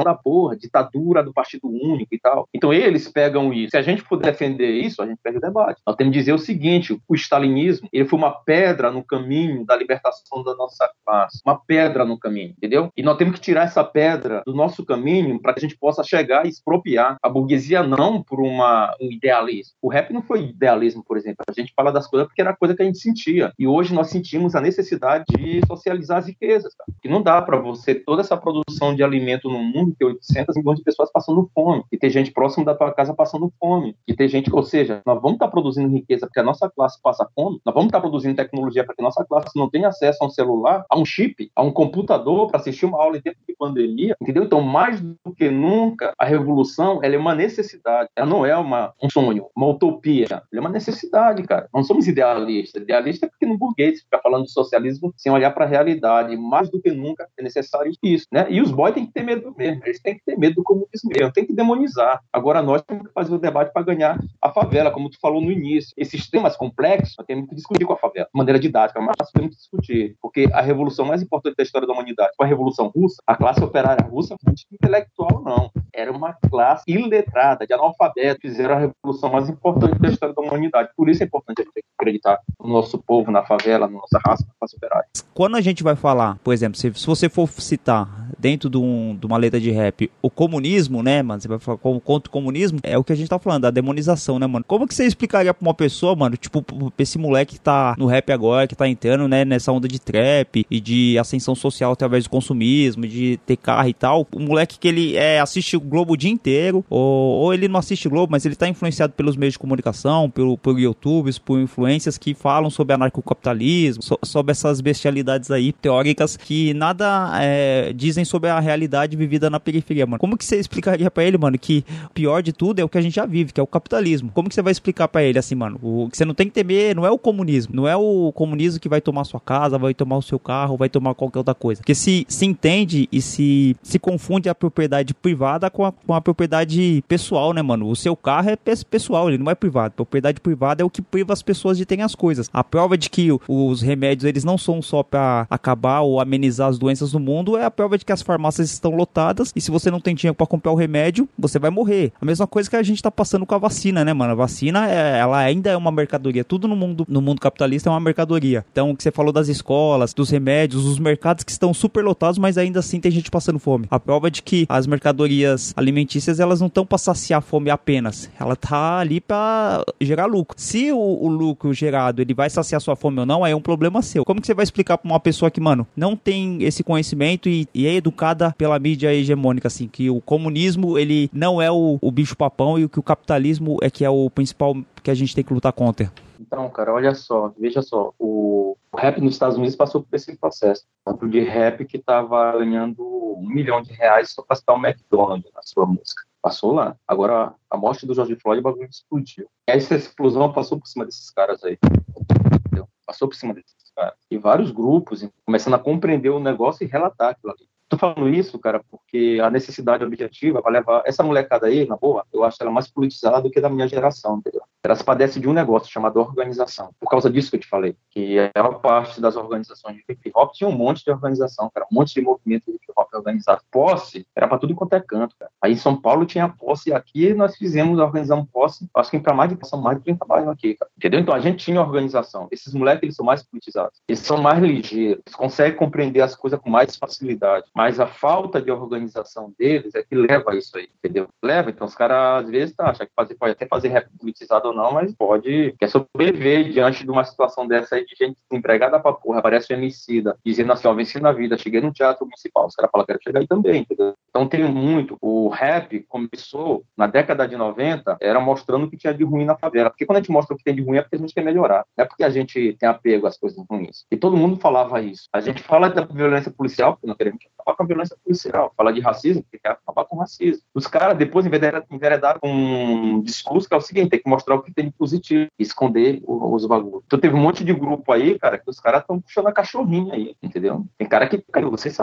porra, ditadura do Partido Único e tal. Então eles pegam isso. Se a gente for defender isso, a gente perde o debate. Nós temos que dizer o seguinte, o stalinismo, ele foi uma pedra no caminho da libertação da nossa classe. Uma pedra no caminho, entendeu? E nós temos que tirar essa pedra do nosso caminho para que a gente possa chegar e expropriar a burguesia, não por uma, um idealismo. O rap não foi idealismo, por exemplo. A gente fala das coisas porque era coisa que a gente sentia. E hoje nós sentimos a necessidade de socializar as riquezas, cara. Que não dá para você, toda essa produção de alimento no mundo, ter oitocentos milhões de pessoas passando fome. E ter gente próximo da tua casa passando fome. E ter gente, ou seja, nós vamos estar produzindo riqueza porque a nossa classe passa fome. Nós vamos estar produzindo tecnologia para que a nossa classe não tenha acesso a um celular, a um chip, a um computador para assistir uma aula em tempo de pandemia, entendeu? Então, mais do que nunca, a revolução, ela é uma necessidade. Ela não é uma, um sonho, uma utopia. Ela é uma necessidade, cara. Não somos idealistas. Idealista é porque no burguês fica falando de socialismo sem olhar para a realidade. Mais do que nunca é necessário isso, né? E os boys têm que ter medo mesmo. Eles têm que ter medo do comunismo mesmo. Tem que demonizar. Agora, nós temos que fazer o debate para ganhar a favela, como tu falou no início. Esses temas complexos, nós temos que discutir com a favela. De maneira didática, mas nós temos que discutir. Porque a revolução mais importante da história da humanidade foi a Revolução Russa. A classe operária russa não tinha intelectual, não. Era uma classe iletrada, de analfabeto. Fizeram a revolução mais importante da história da humanidade. Por isso é importante a gente acreditar no nosso povo, na favela, na nossa raça, na classe operária. Quando a gente vai falar, por exemplo, se, se você for citar dentro de, um, de uma letra de rap o comunismo, né, mano? Você vai falar contra o comunismo, é o que a gente tá falando, a demonização, né, mano? Como que você explicaria pra uma pessoa, mano, tipo, esse moleque que tá no rap agora, que tá entrando, né, nessa onda de trap e de ascensão social através do consumismo, de ter carro e tal, o moleque que ele é, assiste o Globo o dia inteiro, ou, ou ele não assiste o Globo, mas ele tá influenciado pelos meios de comunicação, pelo, por YouTubers, por influências que falam sobre anarcocapitalismo, so, sobre essas bestialidades aí, teóricas, que nada é, dizem sobre a realidade vivida na periferia, mano. Como que você explicaria pra ele, mano, que o pior de tudo é o que a gente já vive, que é o capitalismo? Como que você vai explicar pra ele, assim, mano, o, que você não tem que temer, não é o comunismo, não é o comunismo que vai tomar sua casa, vai tomar o seu carro, vai tomar qualquer outra coisa. Porque se, se entende e se, se confunde a propriedade privada com a, com a propriedade pessoal, né, mano? O seu carro é pessoal, ele não é privado. Propriedade privada é o que priva as pessoas de terem as coisas. A prova de que os remédios, eles não são só pra acabar ou amenizar as doenças no mundo, é a prova de que as farmácias estão lotadas e se você não tem dinheiro pra comprar o remédio, você vai morrer. A mesma coisa que a gente tá passando com a vacina, né, mano? A vacina, é, ela ainda é uma mercadoria. Tudo no mundo, no mundo capitalista é uma mercadoria. Então, o que você falou das escolas, dos remédios, os mercados que estão super lotados, mas ainda assim tem gente passando fome. A prova de que as mercadorias alimentícias, elas não estão pra saciar a fome apenas. Ela tá ali pra gerar lucro. Se o, o lucro gerado, ele vai saciar sua fome ou não, aí é um problema seu. Como que você vai explicar pra uma pessoa que, mano, não tem esse conhecimento e, e é educada pela mídia hegemônica, assim, que o comunismo, ele não é o, o bicho papão e que o capitalismo é que é o principal que a gente tem que lutar contra? Então, cara, olha só, veja só, o, o rap nos Estados Unidos passou por esse processo. Um de rap que estava ganhando um milhão de reais só para citar o McDonald's na sua música. Passou lá. Agora, a morte do George Floyd, o bagulho explodiu. E essa explosão passou por cima desses caras aí. Entendeu? Passou por cima desses caras. E vários grupos começando a compreender o negócio e relatar aquilo ali. Tô falando isso, cara, porque a necessidade objetiva vai levar... Essa molecada aí, na boa, eu acho ela mais politizada do que da minha geração, entendeu? Elas padecem de um negócio chamado organização. Por causa disso que eu te falei, que é uma parte das organizações de hip-hop, tinha um monte de organização, cara, um monte de movimento de hip-hop organizado. Posse era pra tudo quanto é canto, cara. Aí em São Paulo tinha posse, e aqui nós fizemos, organizamos posse, acho que para mais de, são mais de trinta bairros aqui, cara. Entendeu? Então a gente tinha organização. Esses moleques, eles são mais politizados. Eles são mais ligeiros, eles conseguem compreender as coisas com mais facilidade. Mas a falta de organização deles é que leva a isso aí, entendeu? Leva, então os caras às vezes tá, acham que fazer, pode até fazer rap politizado ou não, mas pode, quer sobreviver diante de uma situação dessa aí de gente desempregada pra porra, aparece o Emicida, dizendo assim, ó, venci na vida, cheguei no teatro municipal, os caras falam, quero chegar aí também, entendeu? Então tem muito, o rap começou na década de noventa, era mostrando o que tinha de ruim na favela, porque quando a gente mostra o que tem de ruim é porque a gente quer melhorar, não é porque a gente tem apego às coisas ruins, e todo mundo falava isso, a gente fala da violência policial, porque não queremos acabar com a violência policial, fala de racismo, porque quer acabar com o racismo. Os caras depois enveredaram com um discurso que é o seguinte, tem que mostrar o que tem de positivo, esconder os bagulhos. Então teve um monte de grupo aí, cara, que os caras estão puxando a cachorrinha aí, entendeu? Tem cara que caiu, vocês sabem,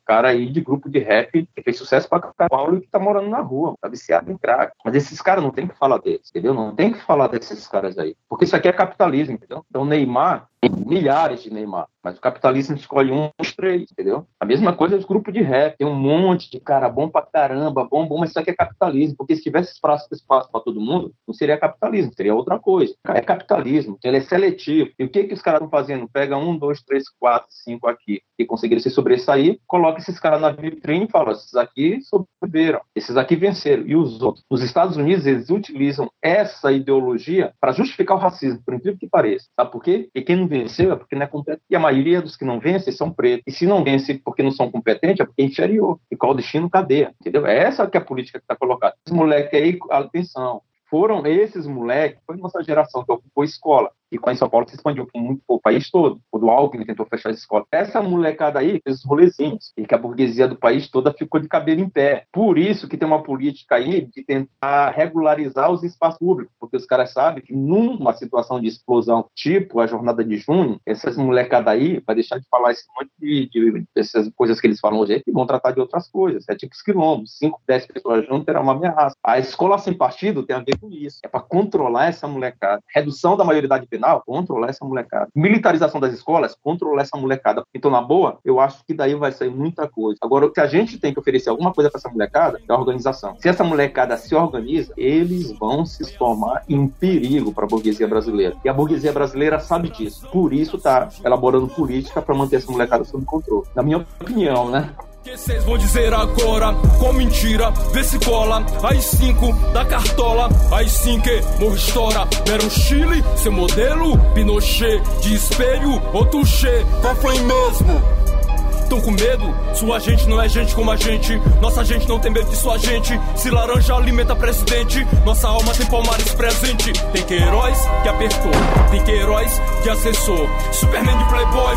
cara aí de grupo de rap que fez sucesso pra Paulo e que tá morando na rua, tá viciado em crack. Mas esses caras não tem que falar deles, entendeu? Não tem que falar desses caras aí. Porque isso aqui é capitalismo, entendeu? Então, Neymar, tem milhares de Neymar, mas o capitalismo escolhe um, uns três, entendeu? A mesma coisa os grupos de rap, tem um monte de cara bom pra caramba, bom, bom, mas isso aqui é capitalismo, porque se tivesse espaço, espaço pra todo mundo, não seria capitalismo, seria outra coisa. É capitalismo, ele é seletivo. E o que que os caras estão fazendo? Pega um, dois, três, quatro, cinco aqui, que conseguiram se sobressair, coloca esses caras na vitrine e fala, esses aqui sobreviveram, esses aqui venceram, e os outros. Nos Estados Unidos, eles utilizam essa ideologia para justificar o racismo, por incrível que pareça. Sabe por quê? E quem não venceu é porque não é competente. E a maioria dos que não vencem são pretos. E se não vencem porque não são competentes, é porque é inferior. E qual o destino? Cadeia. Entendeu? É essa que é a política que está colocada. Esse moleque aí, atenção, foram esses moleques, foi nossa geração que ocupou escola. E com a São Paulo se expandiu para o país todo. O do Alckmin tentou fechar as escolas. Essa molecada aí fez os rolezinhos. E que a burguesia do país toda ficou de cabelo em pé. Por isso que tem uma política aí de tentar regularizar os espaços públicos. Porque os caras sabem que numa situação de explosão, tipo a jornada de junho, essas molecada aí vai deixar de falar esse monte de, de essas coisas que eles falam hoje e vão tratar de outras coisas. É tipo os quilombos. Cinco, dez pessoas juntas era uma ameaça. A escola sem partido tem a ver com isso. É para controlar essa molecada. Redução da maioridade penal, controlar essa molecada. Militarização das escolas, controlar essa molecada. Então, na boa, eu acho que daí vai sair muita coisa. Agora, o que a gente tem que oferecer alguma coisa para essa molecada é a organização. Se essa molecada se organiza, eles vão se transformar em perigo para a burguesia brasileira. E a burguesia brasileira sabe disso. Por isso está elaborando política para manter essa molecada sob controle. Na minha opinião, né? Que cês vão dizer agora, com mentira, vê se cola. As cinco da cartola, as cinco que morre estoura. Era um Chile, seu modelo, Pinochet, de espelho ou touché, qual foi mesmo? Tão com medo? Sua gente não é gente como a gente. Nossa gente não tem medo de sua gente. Se laranja alimenta presidente, nossa alma tem Palmares presente. Tem Queiroz que apertou, tem Queiroz que acessou. Superman de Playboy,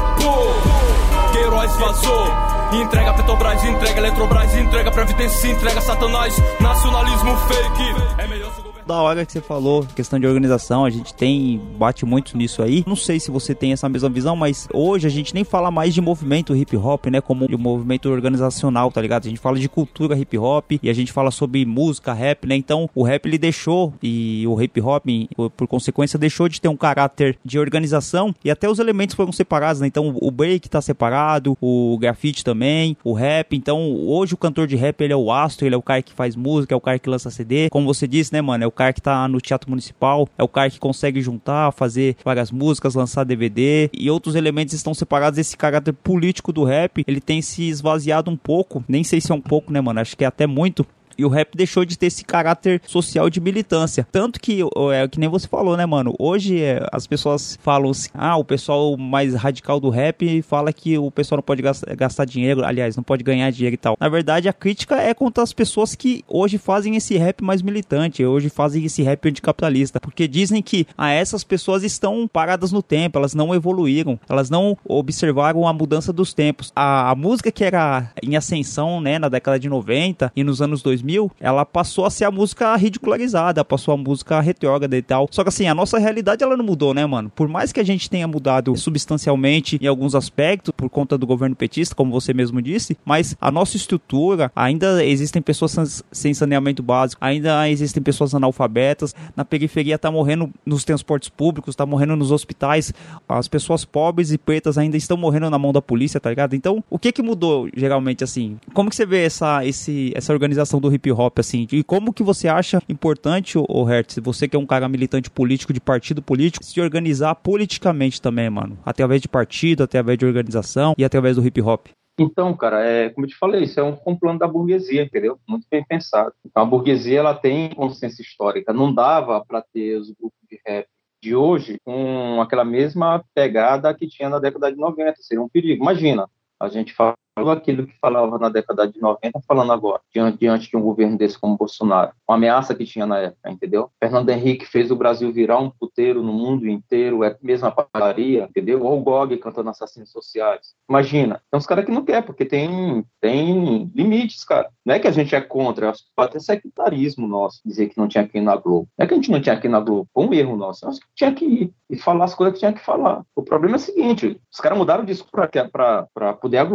pô! Queiroz vazou. Entrega Petrobras, entrega Eletrobras, entrega Previdência, entrega Satanás. Nacionalismo fake. É melhor se da hora que você falou, questão de organização, a gente tem, bate muito nisso aí. Não sei se você tem essa mesma visão, mas hoje a gente nem fala mais de movimento hip hop, né, como de um movimento organizacional, tá ligado? A gente fala de cultura hip hop e a gente fala sobre música, rap, né? Então o rap ele deixou, e o hip hop, por consequência, deixou de ter um caráter de organização e até os elementos foram separados, né? Então o break tá separado, o grafite também, o rap. Então hoje o cantor de rap ele é o astro, ele é o cara que faz música, é o cara que lança C D. Como você disse, né, mano? É o cara que tá no Teatro Municipal, é o cara que consegue juntar, fazer várias músicas, lançar D V D, e outros elementos estão separados. Esse caráter político do rap, ele tem se esvaziado um pouco, nem sei se é um pouco, né, mano, acho que é até muito. E o rap deixou de ter esse caráter social de militância. Tanto que, é que nem você falou, né, mano? Hoje é, as pessoas falam assim, ah, o pessoal mais radical do rap fala que o pessoal não pode gastar, gastar dinheiro, aliás, não pode ganhar dinheiro e tal. Na verdade, a crítica é contra as pessoas que hoje fazem esse rap mais militante, hoje fazem esse rap anticapitalista. Porque dizem que ah, essas pessoas estão paradas no tempo, elas não evoluíram, elas não observaram a mudança dos tempos. A, a música que era em ascensão, né, na década de noventa e nos anos dois mil, ela passou a ser a música ridicularizada, passou a música retrógrada e tal. Só que assim, a nossa realidade ela não mudou, né, mano? Por mais que a gente tenha mudado substancialmente em alguns aspectos, por conta do governo petista, como você mesmo disse, mas a nossa estrutura, ainda existem pessoas sem saneamento básico, ainda existem pessoas analfabetas, na periferia tá morrendo nos transportes públicos, tá morrendo nos hospitais, as pessoas pobres e pretas ainda estão morrendo na mão da polícia, tá ligado? Então, o que que mudou, geralmente, assim? Como que você vê essa, esse, essa organização do hip hop, assim, e como que você acha importante, o Hertz, você que é um cara militante político, de partido político, se organizar politicamente também, mano, através de partido, através de organização e através do hip hop? Então, cara, é, como eu te falei, isso é um, um plano da burguesia, entendeu? Muito bem pensado. Então, a burguesia, ela tem consciência histórica, não dava para ter os grupos de rap de hoje com aquela mesma pegada que tinha na década de noventa, seria um perigo. Imagina, a gente fala aquilo que falava na década de noventa, falando agora, diante, diante de um governo desse como Bolsonaro. Uma ameaça que tinha na época, entendeu? Fernando Henrique fez o Brasil virar um puteiro no mundo inteiro, é a mesma padaria, entendeu? Ou o Gog cantando Assassinos Sociais. Imagina. Tem uns caras que não quer, porque tem, tem limites, cara. Não é que a gente é contra, acho que pode até sectarismo nosso, dizer que não tinha que ir na Globo. Não é que a gente não tinha que ir na Globo, foi um erro nosso. Acho que tinha que ir e falar as coisas que tinha que falar. O problema é o seguinte, os caras mudaram disso para poder a Globo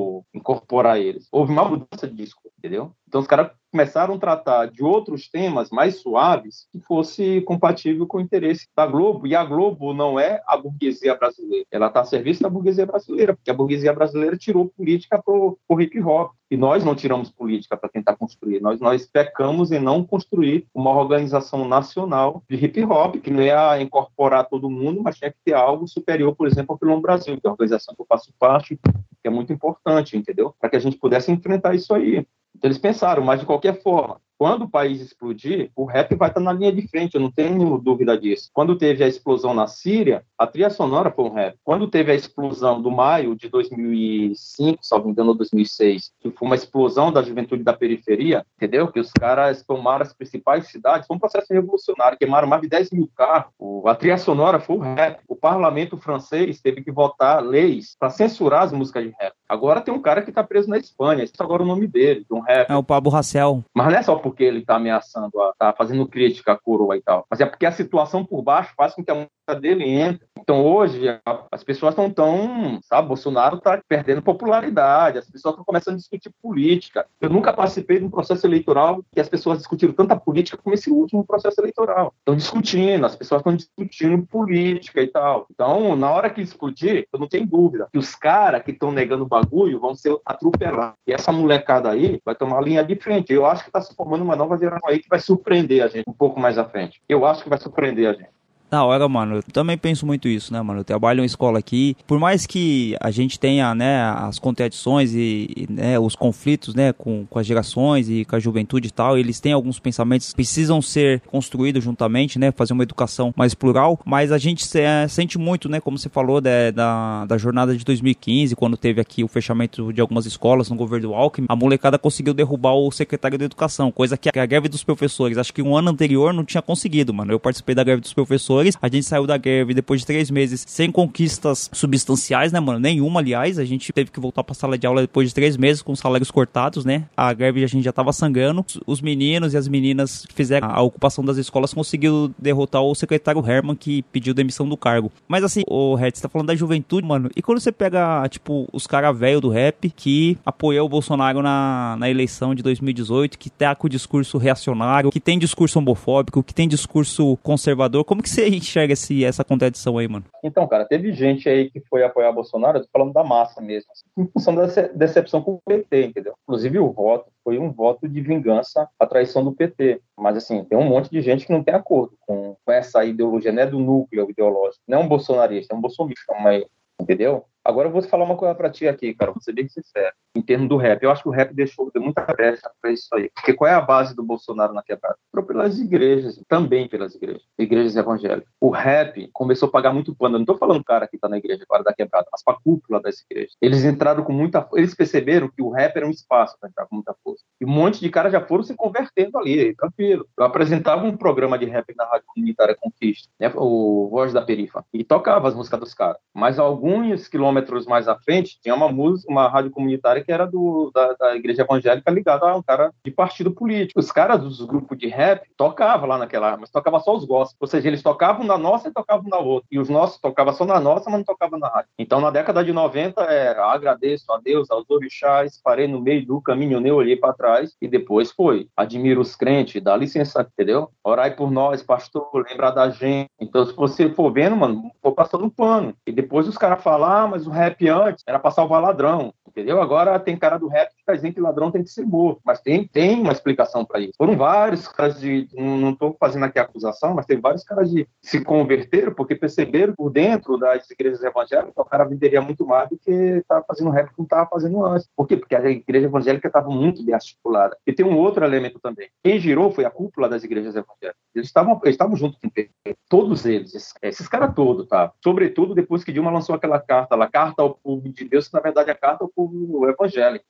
tentou incorporar eles. Houve uma mudança de discurso, entendeu? Então os caras começaram a tratar de outros temas mais suaves que fosse compatível com o interesse da Globo. E a Globo não é a burguesia brasileira. Ela está a serviço da burguesia brasileira, porque a burguesia brasileira tirou política para o hip hop. E nós não tiramos política para tentar construir. Nós, nós pecamos em não construir uma organização nacional de hip hop, que não ia incorporar todo mundo, mas tinha que ter algo superior, por exemplo, ao Quilombo Brasil, que é a organização que eu faço parte, que é muito importante, entendeu? Para que a gente pudesse enfrentar isso aí. Então eles pensaram, mas de qualquer forma, quando o país explodir, o rap vai estar na linha de frente, eu não tenho dúvida disso. Quando teve a explosão na Síria, a trilha sonora foi um rap. Quando teve a explosão do maio de dois mil e cinco, salvo engano, dois mil e seis, que foi uma explosão da juventude da periferia, entendeu? Que os caras tomaram as principais cidades, foi um processo revolucionário, queimaram mais de dez mil carros. A trilha sonora foi o rap. O parlamento francês teve que votar leis para censurar as músicas de rap. Agora tem um cara que está preso na Espanha, esse é agora o nome dele, de um rap. É o Pablo Hasél. Mas não é só porque ele está ameaçando, está fazendo crítica à coroa e tal, mas é porque a situação por baixo faz com que a música dele entre. Então hoje a, as pessoas estão tão, sabe, Bolsonaro está perdendo popularidade, as pessoas estão começando a discutir política. Eu nunca participei de um processo eleitoral que as pessoas discutiram tanta política como esse último processo eleitoral. Estão discutindo, as pessoas estão discutindo política e tal. Então, na hora que explodir, eu não tenho dúvida que os caras que estão negando o bagulho vão ser atropelados. E essa molecada aí vai tomar a linha de frente. Eu acho que está se formando uma nova geração aí que vai surpreender a gente um pouco mais à frente. Eu acho que vai surpreender a gente. Da hora, mano. Eu também penso muito isso, né, mano? Eu trabalho em escola aqui. Por mais que a gente tenha, né, as contradições e, e né, os conflitos, né, com, com as gerações e com a juventude e tal, eles têm alguns pensamentos que precisam ser construídos juntamente, né, fazer uma educação mais plural, mas a gente se, é, sente muito, né, como você falou, de, da, da jornada de dois mil e quinze, quando teve aqui o fechamento de algumas escolas no governo do Alckmin, a molecada conseguiu derrubar o secretário de educação, coisa que a greve dos professores, acho que um ano anterior não tinha conseguido, mano. Eu participei da greve dos professores. A gente saiu da greve depois de três meses sem conquistas substanciais, né, mano? Nenhuma, aliás. A gente teve que voltar pra sala de aula depois de três meses com salários cortados, né? A greve a gente já tava sangrando. Os meninos e as meninas que fizeram a ocupação das escolas conseguiram derrotar o secretário Herman, que pediu demissão do cargo. Mas assim, o Red, você tá falando da juventude, mano. E quando você pega, tipo, os caras velhos do rap que apoiou o Bolsonaro na, na eleição de dois mil e dezoito, que tá com o discurso reacionário, que tem discurso homofóbico, que tem discurso conservador, como que você enxerga esse, essa contradição aí, mano? Então, cara, teve gente aí que foi apoiar Bolsonaro, eu tô falando da massa mesmo, assim, em função da decepção com o P T, entendeu? Inclusive o voto foi um voto de vingança à traição do P T. Mas, assim, tem um monte de gente que não tem acordo com, com essa ideologia, não é do núcleo ideológico, não é um bolsonarista, é um bolsonarista, mas, entendeu? Agora eu vou falar uma coisa pra ti aqui, cara, vou ser bem sincero. Em termos do rap, eu acho que o rap deixou deu muita brecha pra isso aí. Porque qual é a base do Bolsonaro na quebrada? Foi pelas igrejas, também pelas igrejas, igrejas evangélicas. O rap começou a pagar muito pano. Eu não tô falando do cara que tá na igreja agora da quebrada, mas pra cúpula das igrejas. Eles entraram com muita... Eles perceberam que o rap era um espaço pra entrar com muita força. E um monte de caras já foram se convertendo ali, tranquilo. Eu apresentava um programa de rap na Rádio Comunitária Conquista, né? O Voz da Perifa, e tocava as músicas dos caras. Mas alguns quilômetros mais à frente, tinha uma música, uma rádio comunitária que era do, da, da igreja evangélica ligada a um cara de partido político. Os caras dos grupos de rap tocavam lá naquela, mas tocava só os gospels. Ou seja, eles tocavam na nossa e tocavam na outra. E os nossos tocavam só na nossa, mas não tocavam na rádio. Então, na década de noventa, era agradeço a Deus, aos orixás, parei no meio do caminho, eu olhei para trás, e depois foi. Admiro os crentes, dá licença, entendeu? Orai por nós, pastor, lembrar da gente. Então, se você for vendo, mano, for passando pano. E depois os caras falam, ah, mas o rap antes era para salvar ladrão, entendeu? Agora tem cara do rap que tá dizendo que ladrão tem que ser morto, mas tem, tem uma explicação para isso. Foram vários caras de, não estou fazendo aqui a acusação, mas tem vários caras de se converteram porque perceberam por dentro das igrejas evangélicas que o cara venderia muito mais do que estava fazendo rap que não estava fazendo antes. Por quê? Porque a igreja evangélica estava muito bem articulada. E tem um outro elemento também. Quem girou foi a cúpula das igrejas evangélicas. Eles estavam eles estavam junto com o P T. Todos eles, esses, esses caras todos, tá? Sobretudo depois que Dilma lançou aquela carta, a carta ao povo de Deus, que na verdade é a carta ao povo evangélico. Tava junto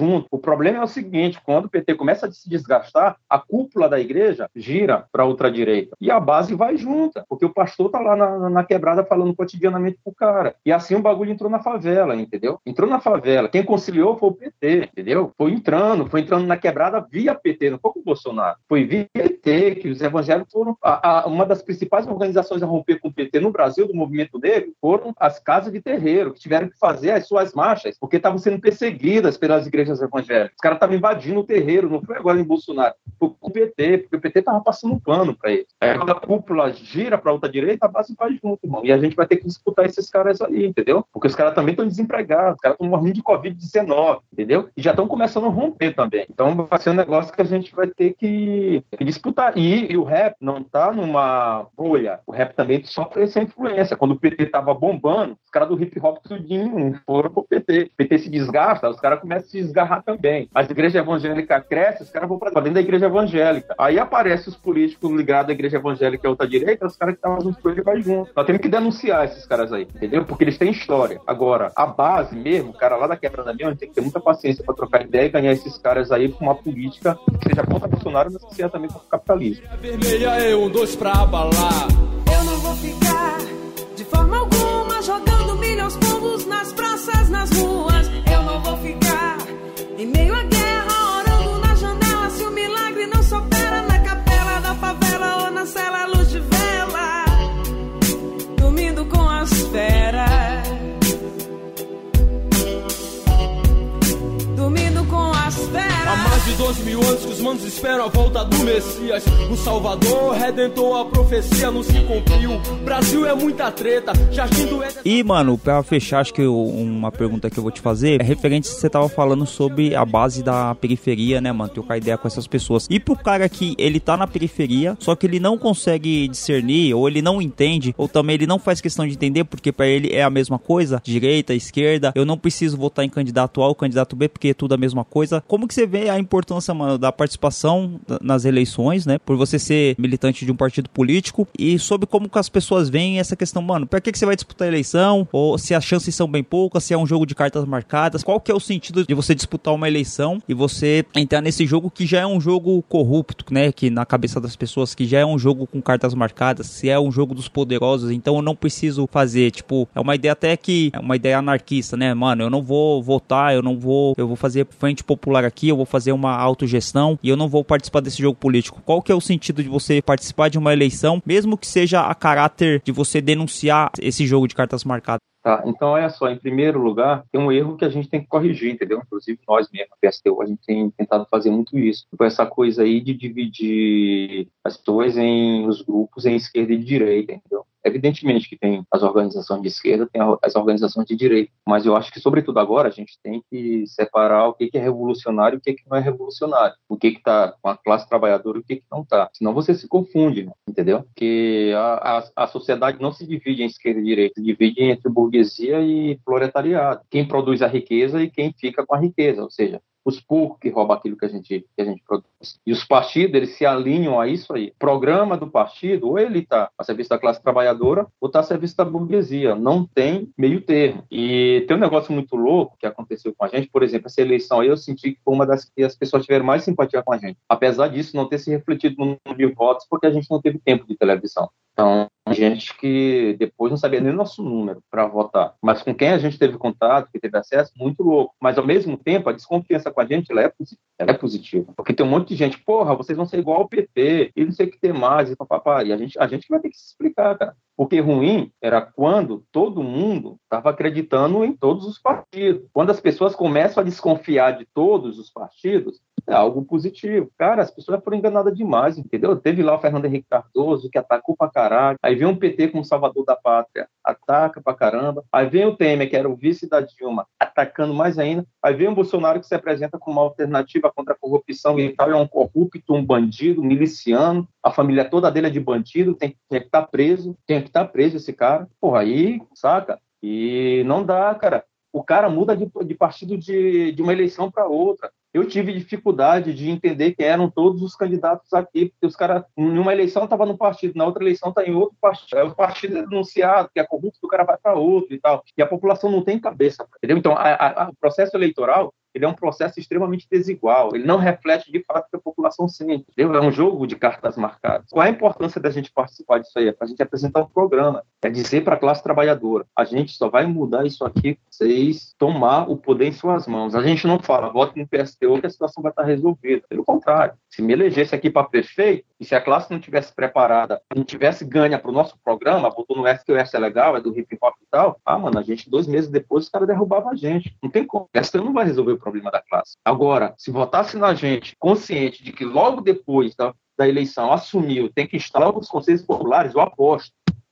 junto. O problema é o seguinte, quando o P T começa a se desgastar, a cúpula da igreja gira para a ultradireita. E a base vai junta, porque o pastor tá lá na, na quebrada falando cotidianamente pro cara. E assim o bagulho entrou na favela, entendeu? Entrou na favela. Quem conciliou foi o P T, entendeu? Foi entrando, foi entrando na quebrada via P T, não foi com o Bolsonaro. Foi via P T que os evangélicos foram... A, a, uma das principais organizações a romper com o P T no Brasil, do movimento negro, foram as casas de terreiro, que tiveram que fazer as suas marchas, porque estavam sendo perseguidas pelas igrejas evangélicas. Os caras estavam invadindo o terreiro, não foi agora em Bolsonaro, foi com o P T, porque o P T estava passando pano para eles. Aí quando a cúpula gira para a outra direita, a base vai junto, irmão. E a gente vai ter que disputar esses caras aí, entendeu? Porque os caras também estão desempregados, os caras estão morrendo de covid dezenove, entendeu? E já estão começando a romper também. Então vai ser um negócio que a gente vai ter que, que disputar. E, e o rap não está numa bolha. O rap também sofre essa influência. Quando o P T estava bombando, os caras do hip hop tudinho foram pro P T. O P T se desgasta, os caras começam a se desgarrar também. As igrejas evangélicas crescem, os caras vão para dentro da igreja evangélica. Aí aparecem os políticos ligados à igreja evangélica e à outra direita, os caras que estavam junto com ele vai junto. Nós temos que denunciar esses caras aí, entendeu? Porque eles têm história. Agora, a base mesmo, o cara lá da quebrada mesmo, a gente tem que ter muita paciência para trocar ideia e ganhar esses caras aí com uma política que seja contra o Bolsonaro, mas que seja também contra o capitalismo. A vermelha é um dois pra abalar. Eu não vou ficar de forma alguma jogando milho aos povos nas praças, nas ruas. Eu não vou ficar em meio à guerra, orando na janela, se o milagre não se opera na capela da favela ou na cela, luz de vela, dormindo com as feras, dormindo com as feras. Há mais de dois mil anos que os manos esperam a volta do Messias. O Salvador redentor, a profecia não se cumpriu. Brasil é muita treta, jardim do Éden... E, mano, pra fechar, acho que eu, uma pergunta que eu vou te fazer é referente se você tava falando sobre a base da periferia, né, mano? Trocar ideia com essas pessoas. E pro cara que ele tá na periferia, só que ele não consegue discernir, ou ele não entende, ou também ele não faz questão de entender, porque pra ele é a mesma coisa, direita, esquerda, eu não preciso votar em candidato A ou candidato B, porque é tudo a mesma coisa. Como que você vê a importância, mano, da participação nas eleições, né? Por você ser militante de um partido político, e sobre como que as pessoas veem essa questão, mano, pra que que você vai disputar a eleição? Ou se as chances são bem poucas, se é um jogo de cartas marcadas, qual que é o sentido de você disputar uma eleição e você entrar nesse jogo que já é um jogo corrupto, né? Que na cabeça das pessoas, que já é um jogo com cartas marcadas, se é um jogo dos poderosos, então eu não preciso fazer, tipo, é uma ideia até que, é uma ideia anarquista, né? Mano, eu não vou votar, eu não vou, eu vou fazer frente popular aqui, eu vou fazer uma autogestão e eu não vou participar desse jogo político. Qual que é o sentido de você participar de uma eleição, mesmo que seja a caráter de você denunciar esse jogo de cartas marcadas? Tá, então olha só, em primeiro lugar, tem um erro que a gente tem que corrigir, entendeu? Inclusive nós mesmos, a P S T U, a gente tem tentado fazer muito isso. Tipo, essa coisa aí de dividir as pessoas em os grupos em esquerda e direita, entendeu? Evidentemente que tem as organizações de esquerda, tem as organizações de direita, mas eu acho que, sobretudo agora, a gente tem que separar o que é revolucionário e o que não é revolucionário, o que está com a classe trabalhadora e o que não está. Senão você se confunde, entendeu? Porque a, a, a sociedade não se divide em esquerda e direita, se divide entre burguesia e proletariado. Quem produz a riqueza e quem fica com a riqueza, ou seja, os poucos que roubam aquilo que a gente, que a gente produz. E os partidos, eles se alinham a isso aí. O programa do partido, ou ele está a serviço da classe trabalhadora, ou está a serviço da burguesia. Não tem meio termo. E tem um negócio muito louco que aconteceu com a gente. Por exemplo, essa eleição aí, eu senti que foi uma das que as pessoas tiveram mais simpatia com a gente. Apesar disso não ter se refletido no número de votos, porque a gente não teve tempo de televisão. Então, a gente que depois não sabia nem o nosso número para votar. Mas com quem a gente teve contato, que teve acesso, muito louco. Mas, ao mesmo tempo, a desconfiança com a gente, ela é positiva. Ela é positiva. Porque tem um monte de gente, porra, vocês vão ser igual ao P T, e não sei o que tem mais, e papapá. E a gente, a gente vai ter que se explicar, cara. Porque ruim era quando todo mundo estava acreditando em todos os partidos. Quando as pessoas começam a desconfiar de todos os partidos, é algo positivo. Cara, as pessoas foram enganadas demais, entendeu? Teve lá o Fernando Henrique Cardoso, que atacou pra caralho. Aí vem um P T como salvador da pátria, ataca pra caramba. Aí vem o Temer, que era o vice da Dilma, atacando mais ainda. Aí vem o Bolsonaro, que se apresenta como uma alternativa contra a corrupção e tal, é um corrupto, um bandido, um miliciano. A família toda dele é de bandido, tem, tem que estar preso, tem que estar preso esse cara. Porra, aí, saca? E não dá, cara. O cara muda de, de partido de, de uma eleição para outra. Eu tive dificuldade de entender quem eram todos os candidatos aqui, porque os caras, em uma eleição estava no partido, na outra eleição está em outro partido. É o partido denunciado, que é corrupto, o cara vai para outro e tal. E a população não tem cabeça, entendeu? Então, a, a, o processo eleitoral, ele é um processo extremamente desigual, ele não reflete de fato o que a população sente, entendeu? É um jogo de cartas marcadas. Qual é a importância da gente participar disso aí? É para a gente apresentar um programa, é dizer para a classe trabalhadora, a gente só vai mudar isso aqui vocês tomar o poder em suas mãos. A gente não fala, vote no P S T U que a situação vai estar resolvida. Pelo contrário, se me elegesse aqui para prefeito, e se a classe não tivesse preparada, não tivesse ganha para o nosso programa, botou no S que o S é legal, é do hip hop e tal, ah, mano, a gente, dois meses depois, os caras derrubavam a gente. Não tem como. O P S T U não vai resolver o problema da classe. Agora, se votasse na gente, consciente de que logo depois da, da eleição assumiu, tem que instalar os conselhos populares, eu aposto.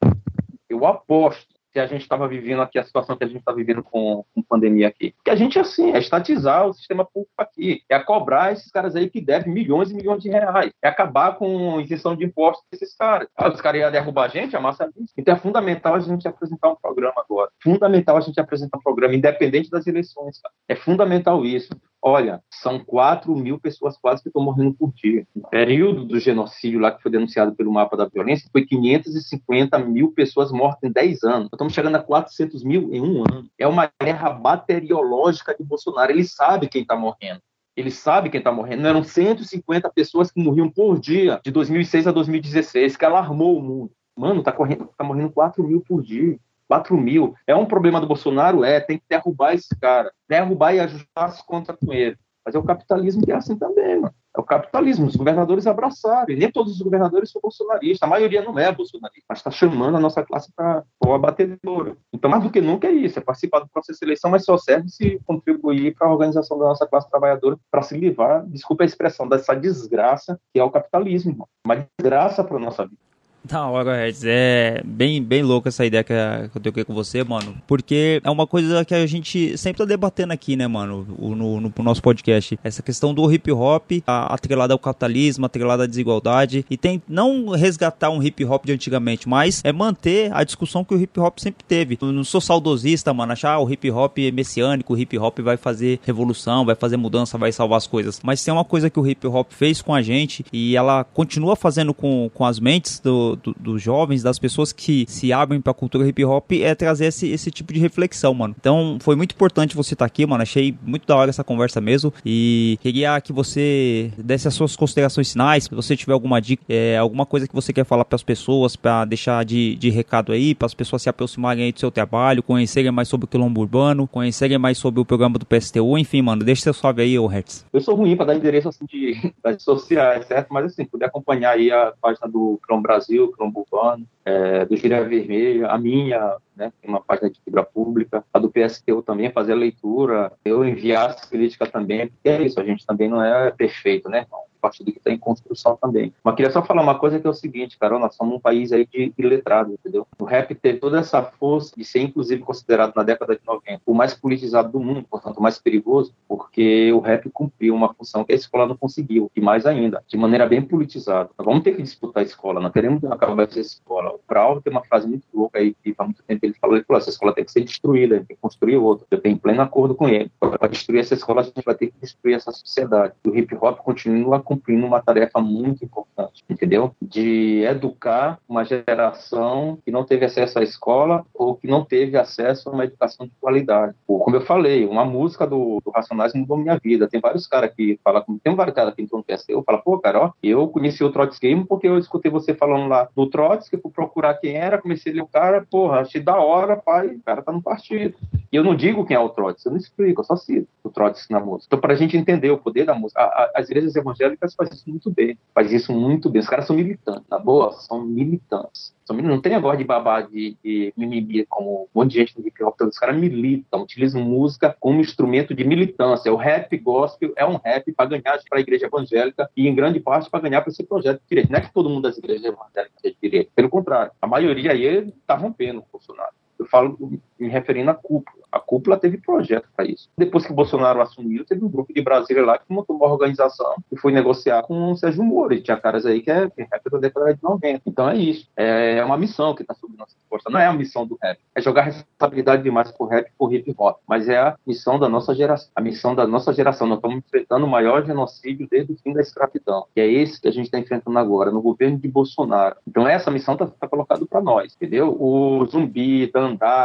Eu aposto. Se a gente estava vivendo aqui, a situação que a gente está vivendo com, com pandemia aqui. Porque a gente, assim, é estatizar o sistema público aqui. É cobrar esses caras aí que devem milhões e milhões de reais. É acabar com isenção de impostos desses caras. Ah, os caras iam derrubar a gente, amassar a gente. Então é fundamental a gente apresentar um programa agora. Fundamental a gente apresentar um programa, independente das eleições, cara. É fundamental isso. Olha, são quatro mil pessoas quase que estão morrendo por dia. No período do genocídio lá que foi denunciado pelo Mapa da Violência, foi quinhentas e cinquenta mil pessoas mortas em dez anos. Estamos chegando a quatrocentos mil em um ano. É uma guerra bacteriológica de Bolsonaro. Ele sabe quem está morrendo. Ele sabe quem está morrendo. Não eram cento e cinquenta pessoas que morriam por dia de dois mil e seis a dois mil e dezesseis, que alarmou o mundo. Mano, está tá morrendo quatro mil por dia. quatro mil. É um problema do Bolsonaro? É, tem que derrubar esse cara. Derrubar e ajustar as contas com ele. Mas é o capitalismo que é assim também, mano. É o capitalismo. Os governadores abraçaram. E nem todos os governadores são bolsonaristas. A maioria não é bolsonarista. Mas está chamando a nossa classe para a batedora. Então, mais do que nunca é isso. É participar do processo de eleição, mas só serve se contribuir para a organização da nossa classe trabalhadora para se livrar, desculpa a expressão, dessa desgraça que é o capitalismo, irmão. Uma desgraça para a nossa vida. Da hora, Regis. É bem, bem louca essa ideia que eu tenho com você, mano. Porque é uma coisa que a gente sempre tá debatendo aqui, né, mano? No, no, no nosso podcast. Essa questão do hip hop, atrelada ao capitalismo, atrelada à desigualdade. E tem não resgatar um hip hop de antigamente, mas é manter a discussão que o hip hop sempre teve. Eu não sou saudosista, mano. Achar ah, o hip hop é messiânico, o hip hop vai fazer revolução, vai fazer mudança, vai salvar as coisas. Mas tem uma coisa que o hip hop fez com a gente e ela continua fazendo com, com as mentes do Do, dos jovens, das pessoas que se abrem pra cultura hip hop, é trazer esse, esse tipo de reflexão, mano. Então, foi muito importante você estar aqui, mano. Achei muito da hora essa conversa mesmo. E queria que você desse as suas considerações finais, se você tiver alguma dica, é, alguma coisa que você quer falar pras pessoas, pra deixar de, de recado aí, para as pessoas se aproximarem aí do seu trabalho, conhecerem mais sobre o Quilombo Urbano, conhecerem mais sobre o programa do P S T U, enfim, mano, deixa seu salve aí, ô Hertz. Eu sou ruim pra dar endereço, assim, de redes sociais, certo? Mas, assim, puder acompanhar aí a página do Quilombo Brasil, Quilombo Urbano, é, do Gira Vermelha, a minha, né, uma página de fibra pública, a do P S T U também, fazer a leitura, eu enviar as críticas também, porque é isso, a gente também não é perfeito, né, irmão? Partido que está em construção também. Mas queria só falar uma coisa que é o seguinte, Carol, nós somos um país aí de iletrado, entendeu? O rap teve toda essa força de ser, inclusive, considerado na década de noventa o mais politizado do mundo, portanto, o mais perigoso, porque o rap cumpriu uma função que a escola não conseguiu, e mais ainda, de maneira bem politizada. Nós vamos ter que disputar a escola, nós queremos acabar com essa escola. O Brau tem uma frase muito louca aí, que há muito tempo ele falou, ele falou, essa escola tem que ser destruída, tem que construir outra. Eu tenho pleno acordo com ele. Para destruir essa escola, a gente vai ter que destruir essa sociedade. O hip hop continua cumprindo uma tarefa muito importante, entendeu? De educar uma geração que não teve acesso à escola ou que não teve acesso a uma educação de qualidade. Como eu falei, uma música do, do Racionais mudou minha vida. Tem vários caras que falam, tem vários caras que entram no P S T U, falam, pô, cara, ó, eu conheci o Trotskyismo porque eu escutei você falando lá do Trotsky, fui procurar quem era, comecei a ler o cara, porra, achei da hora, pai, o cara tá no partido. E eu não digo quem é o Trotsky, eu não explico, eu só cito o Trotsky na música. Então, pra gente entender o poder da música, a, a, as igrejas evangélicas fazem isso muito bem, faz isso muito bem. Os caras são militantes, na boa, são militantes. São, não tem negócio de babar de, de mimimi como um monte de gente no hip hop. Os caras militam, utilizam música como instrumento de militância. O rap gospel é um rap para ganhar para a igreja evangélica e, em grande parte, para ganhar para esse projeto de direito. Não é que todo mundo das igrejas evangélicas é de direito. Pelo contrário, a maioria aí está rompendo o Bolsonaro. Eu falo me referindo à cúpula. A cúpula teve projeto para isso. Depois que o Bolsonaro assumiu, teve um grupo de Brasília lá que montou uma organização e foi negociar com o Sérgio Moro. E tinha caras aí que é rap da década de noventa. Então é isso. É uma missão que está sob nossa força. Não é a missão do rap. É jogar responsabilidade demais pro rap e pro hip hop. Mas é a missão da nossa geração. A missão da nossa geração. Nós estamos enfrentando o maior genocídio desde o fim da escravidão. E é esse que a gente está enfrentando agora, no governo de Bolsonaro. Então essa missão está tá colocada para nós, entendeu? O Zumbi, Dandara, a Cote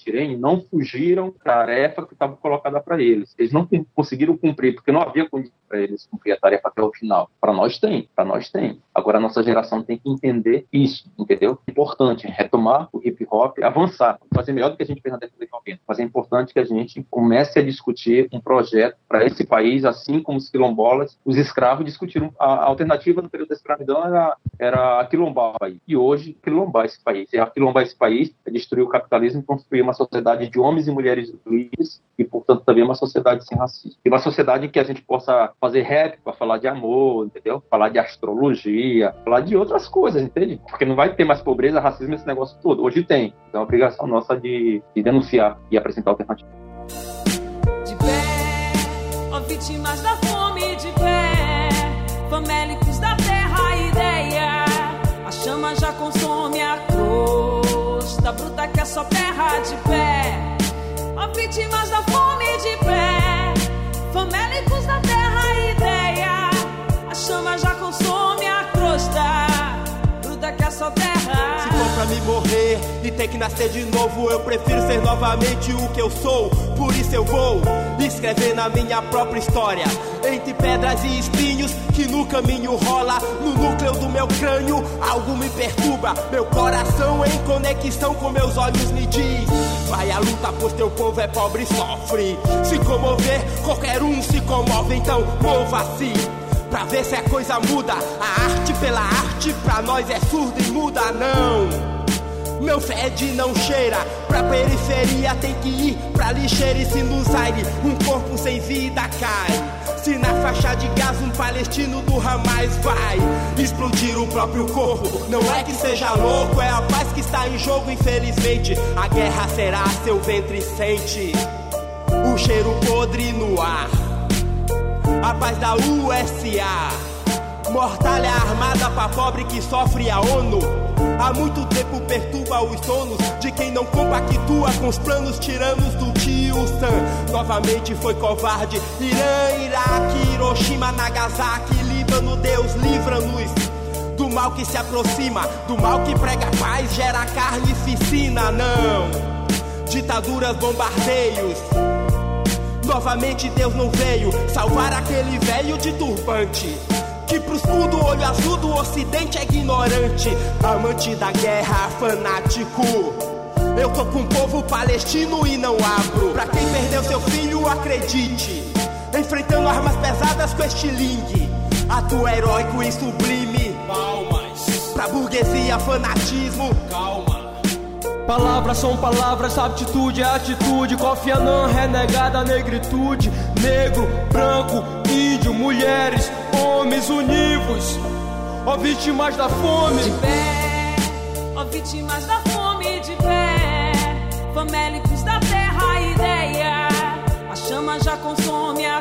Sirene não fugiram da tarefa que estava colocada para eles. Eles não conseguiram cumprir, porque não havia condição para eles cumprir a tarefa até o final. Para nós tem, para nós tem. Agora a nossa geração tem que entender isso, entendeu? É importante retomar o hip hop, avançar, fazer melhor do que a gente fez na década de noventa. Mas é importante que a gente comece a discutir um projeto para esse país, assim como os quilombolas, os escravos discutiram. A alternativa no período da escravidão era, era quilombar o país. E hoje, quilombar esse país. E a quilombar esse país é destruir o capitalismo e construir uma sociedade de homens e mulheres livres e, portanto, também uma sociedade sem racismo. E uma sociedade em que a gente possa fazer rap para falar de amor, entendeu? Falar de astrologia, falar de outras coisas, entende? Porque não vai ter mais pobreza, racismo, esse negócio todo. Hoje tem. Então é uma obrigação nossa de, de denunciar e apresentar alternativas. De pé, ó vítimas da fome, de pé, famélicos da terra, ideia. A chama já consome a crosta bruta que é só terra, de pé. Ó vítimas da fome, de pé, famélicos da terra, ideia. A chama já consome a crosta bruta que é só terra. Se for pra me morrer e ter que nascer de novo, eu prefiro ser novamente o que eu sou. Por isso eu vou escrever na minha própria história, entre pedras e espinhos que no caminho rola. No núcleo do meu crânio algo me perturba. Meu coração em conexão com meus olhos me diz: vai à luta, pois teu povo é pobre e sofre. Se comover, qualquer um se comove, então mova-se pra ver se a coisa muda. A arte pela arte pra nós é surda e muda, não. Não fede, não cheira, pra periferia tem que ir pra lixeira. E se nos aire um corpo sem vida cai, se na faixa de gás um palestino do Hamas vai explodir o próprio corpo. Não é que seja louco, é a paz que está em jogo. Infelizmente a guerra será seu ventre sente o cheiro podre no ar. A paz da U S A, mortalha armada pra pobre que sofre a ONU. Há muito tempo perturba os sonos de quem não compactua com os planos tiranos do tio Sam. Novamente foi covarde. Irã, Iraque, Hiroshima, Nagasaki, Líbano, Deus livra-nos do mal que se aproxima, do mal que prega paz, gera carnificina. Não, ditaduras, bombardeios. Novamente Deus não veio salvar aquele velho de turbante que pros mundo olho azul do ocidente é ignorante. Amante da guerra, fanático. Eu tô com o povo palestino e não abro. Pra quem perdeu seu filho, acredite, enfrentando armas pesadas com estilingue. Ato heróico e sublime. Palmas. Pra burguesia, fanatismo. Calma. Palavras são palavras, atitude é atitude. Kofi Annan, renegada negritude. Negro, branco, índio, mulheres, homens univos. Ó vítimas da fome. De pé, ó vítimas da fome, de pé, famélicos da terra, ideia. A chama já consome a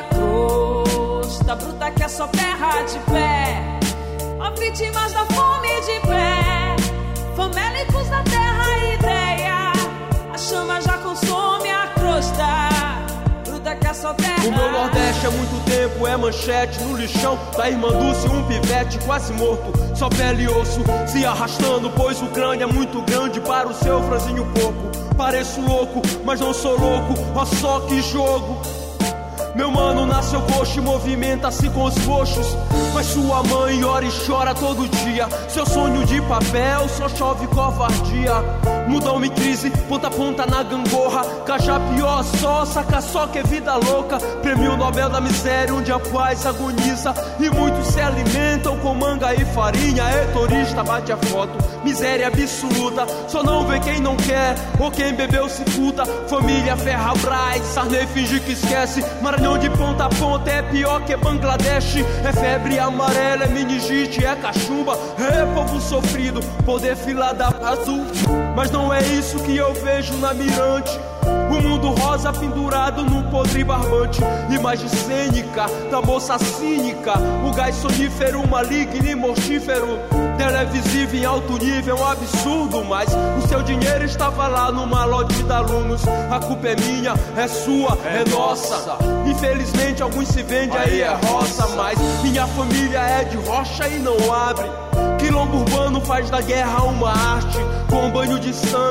crosta bruta que é só terra, de pé. Ó vítimas da fome, de pé, famélicos da terra, ideia. A chama já consome a crosta bruta que é só terra. O meu Nordeste há muito tempo é manchete no lixão da irmã Dulce, um pivete quase morto, só pele e osso se arrastando, pois o crânio é muito grande para o seu franzinho corpo. Pareço louco, mas não sou louco, ó só que jogo. Meu mano nasceu coxo e movimenta-se com os roxos, mas sua mãe ora e chora todo dia. Seu sonho de papel só chove covardia. Mudão em crise, ponta a ponta na gangorra. Caixa pior só, saca só que é vida louca. Prêmio Nobel da miséria, onde a paz agoniza e muitos se alimentam com manga e farinha. É turista, bate a foto, miséria absoluta. Só não vê quem não quer, ou quem bebeu se puta. Família Ferrabras, Sarney finge que esquece. Maranhão de ponta a ponta é pior que Bangladesh. É febre amarela, é meningite, é cachumba. É povo sofrido, poder fila da azul. Mas não é isso que eu vejo na mirante. O mundo rosa pendurado num podre barbante. Imagem cênica da moça cínica. O gás sonífero, maligno e mortífero. Televisível em alto nível, um absurdo. Mas o seu dinheiro estava lá numa lote de alunos. A culpa é minha, é sua, é, é nossa. Infelizmente alguns se vendem, aí é roça. Mas minha família é de rocha e não abre. Quilombo urbano faz da guerra uma arte, com banho de sangue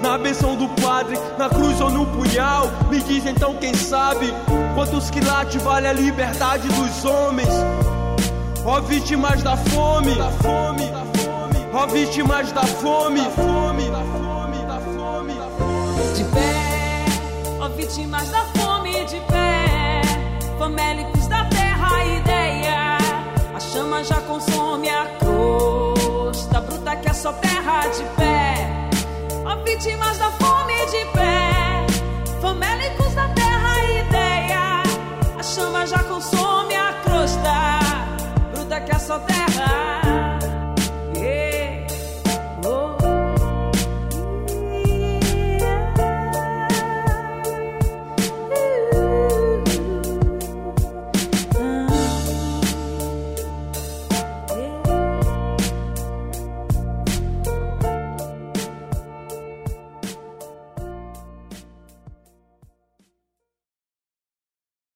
na benção do padre, na cruz ou no punhal. Me diz então quem sabe quantos quilates vale a liberdade dos homens. Ó vítimas da fome, da fome, da fome. Ó vítimas da fome, da fome, da fome, da fome, da fome. De pé, ó vítimas da fome, de pé, famélicos da terra, a ideia. A chama já consome a crosta bruta que é só terra. De pé, ó vítimas da fome, de pé, famélicos da terra.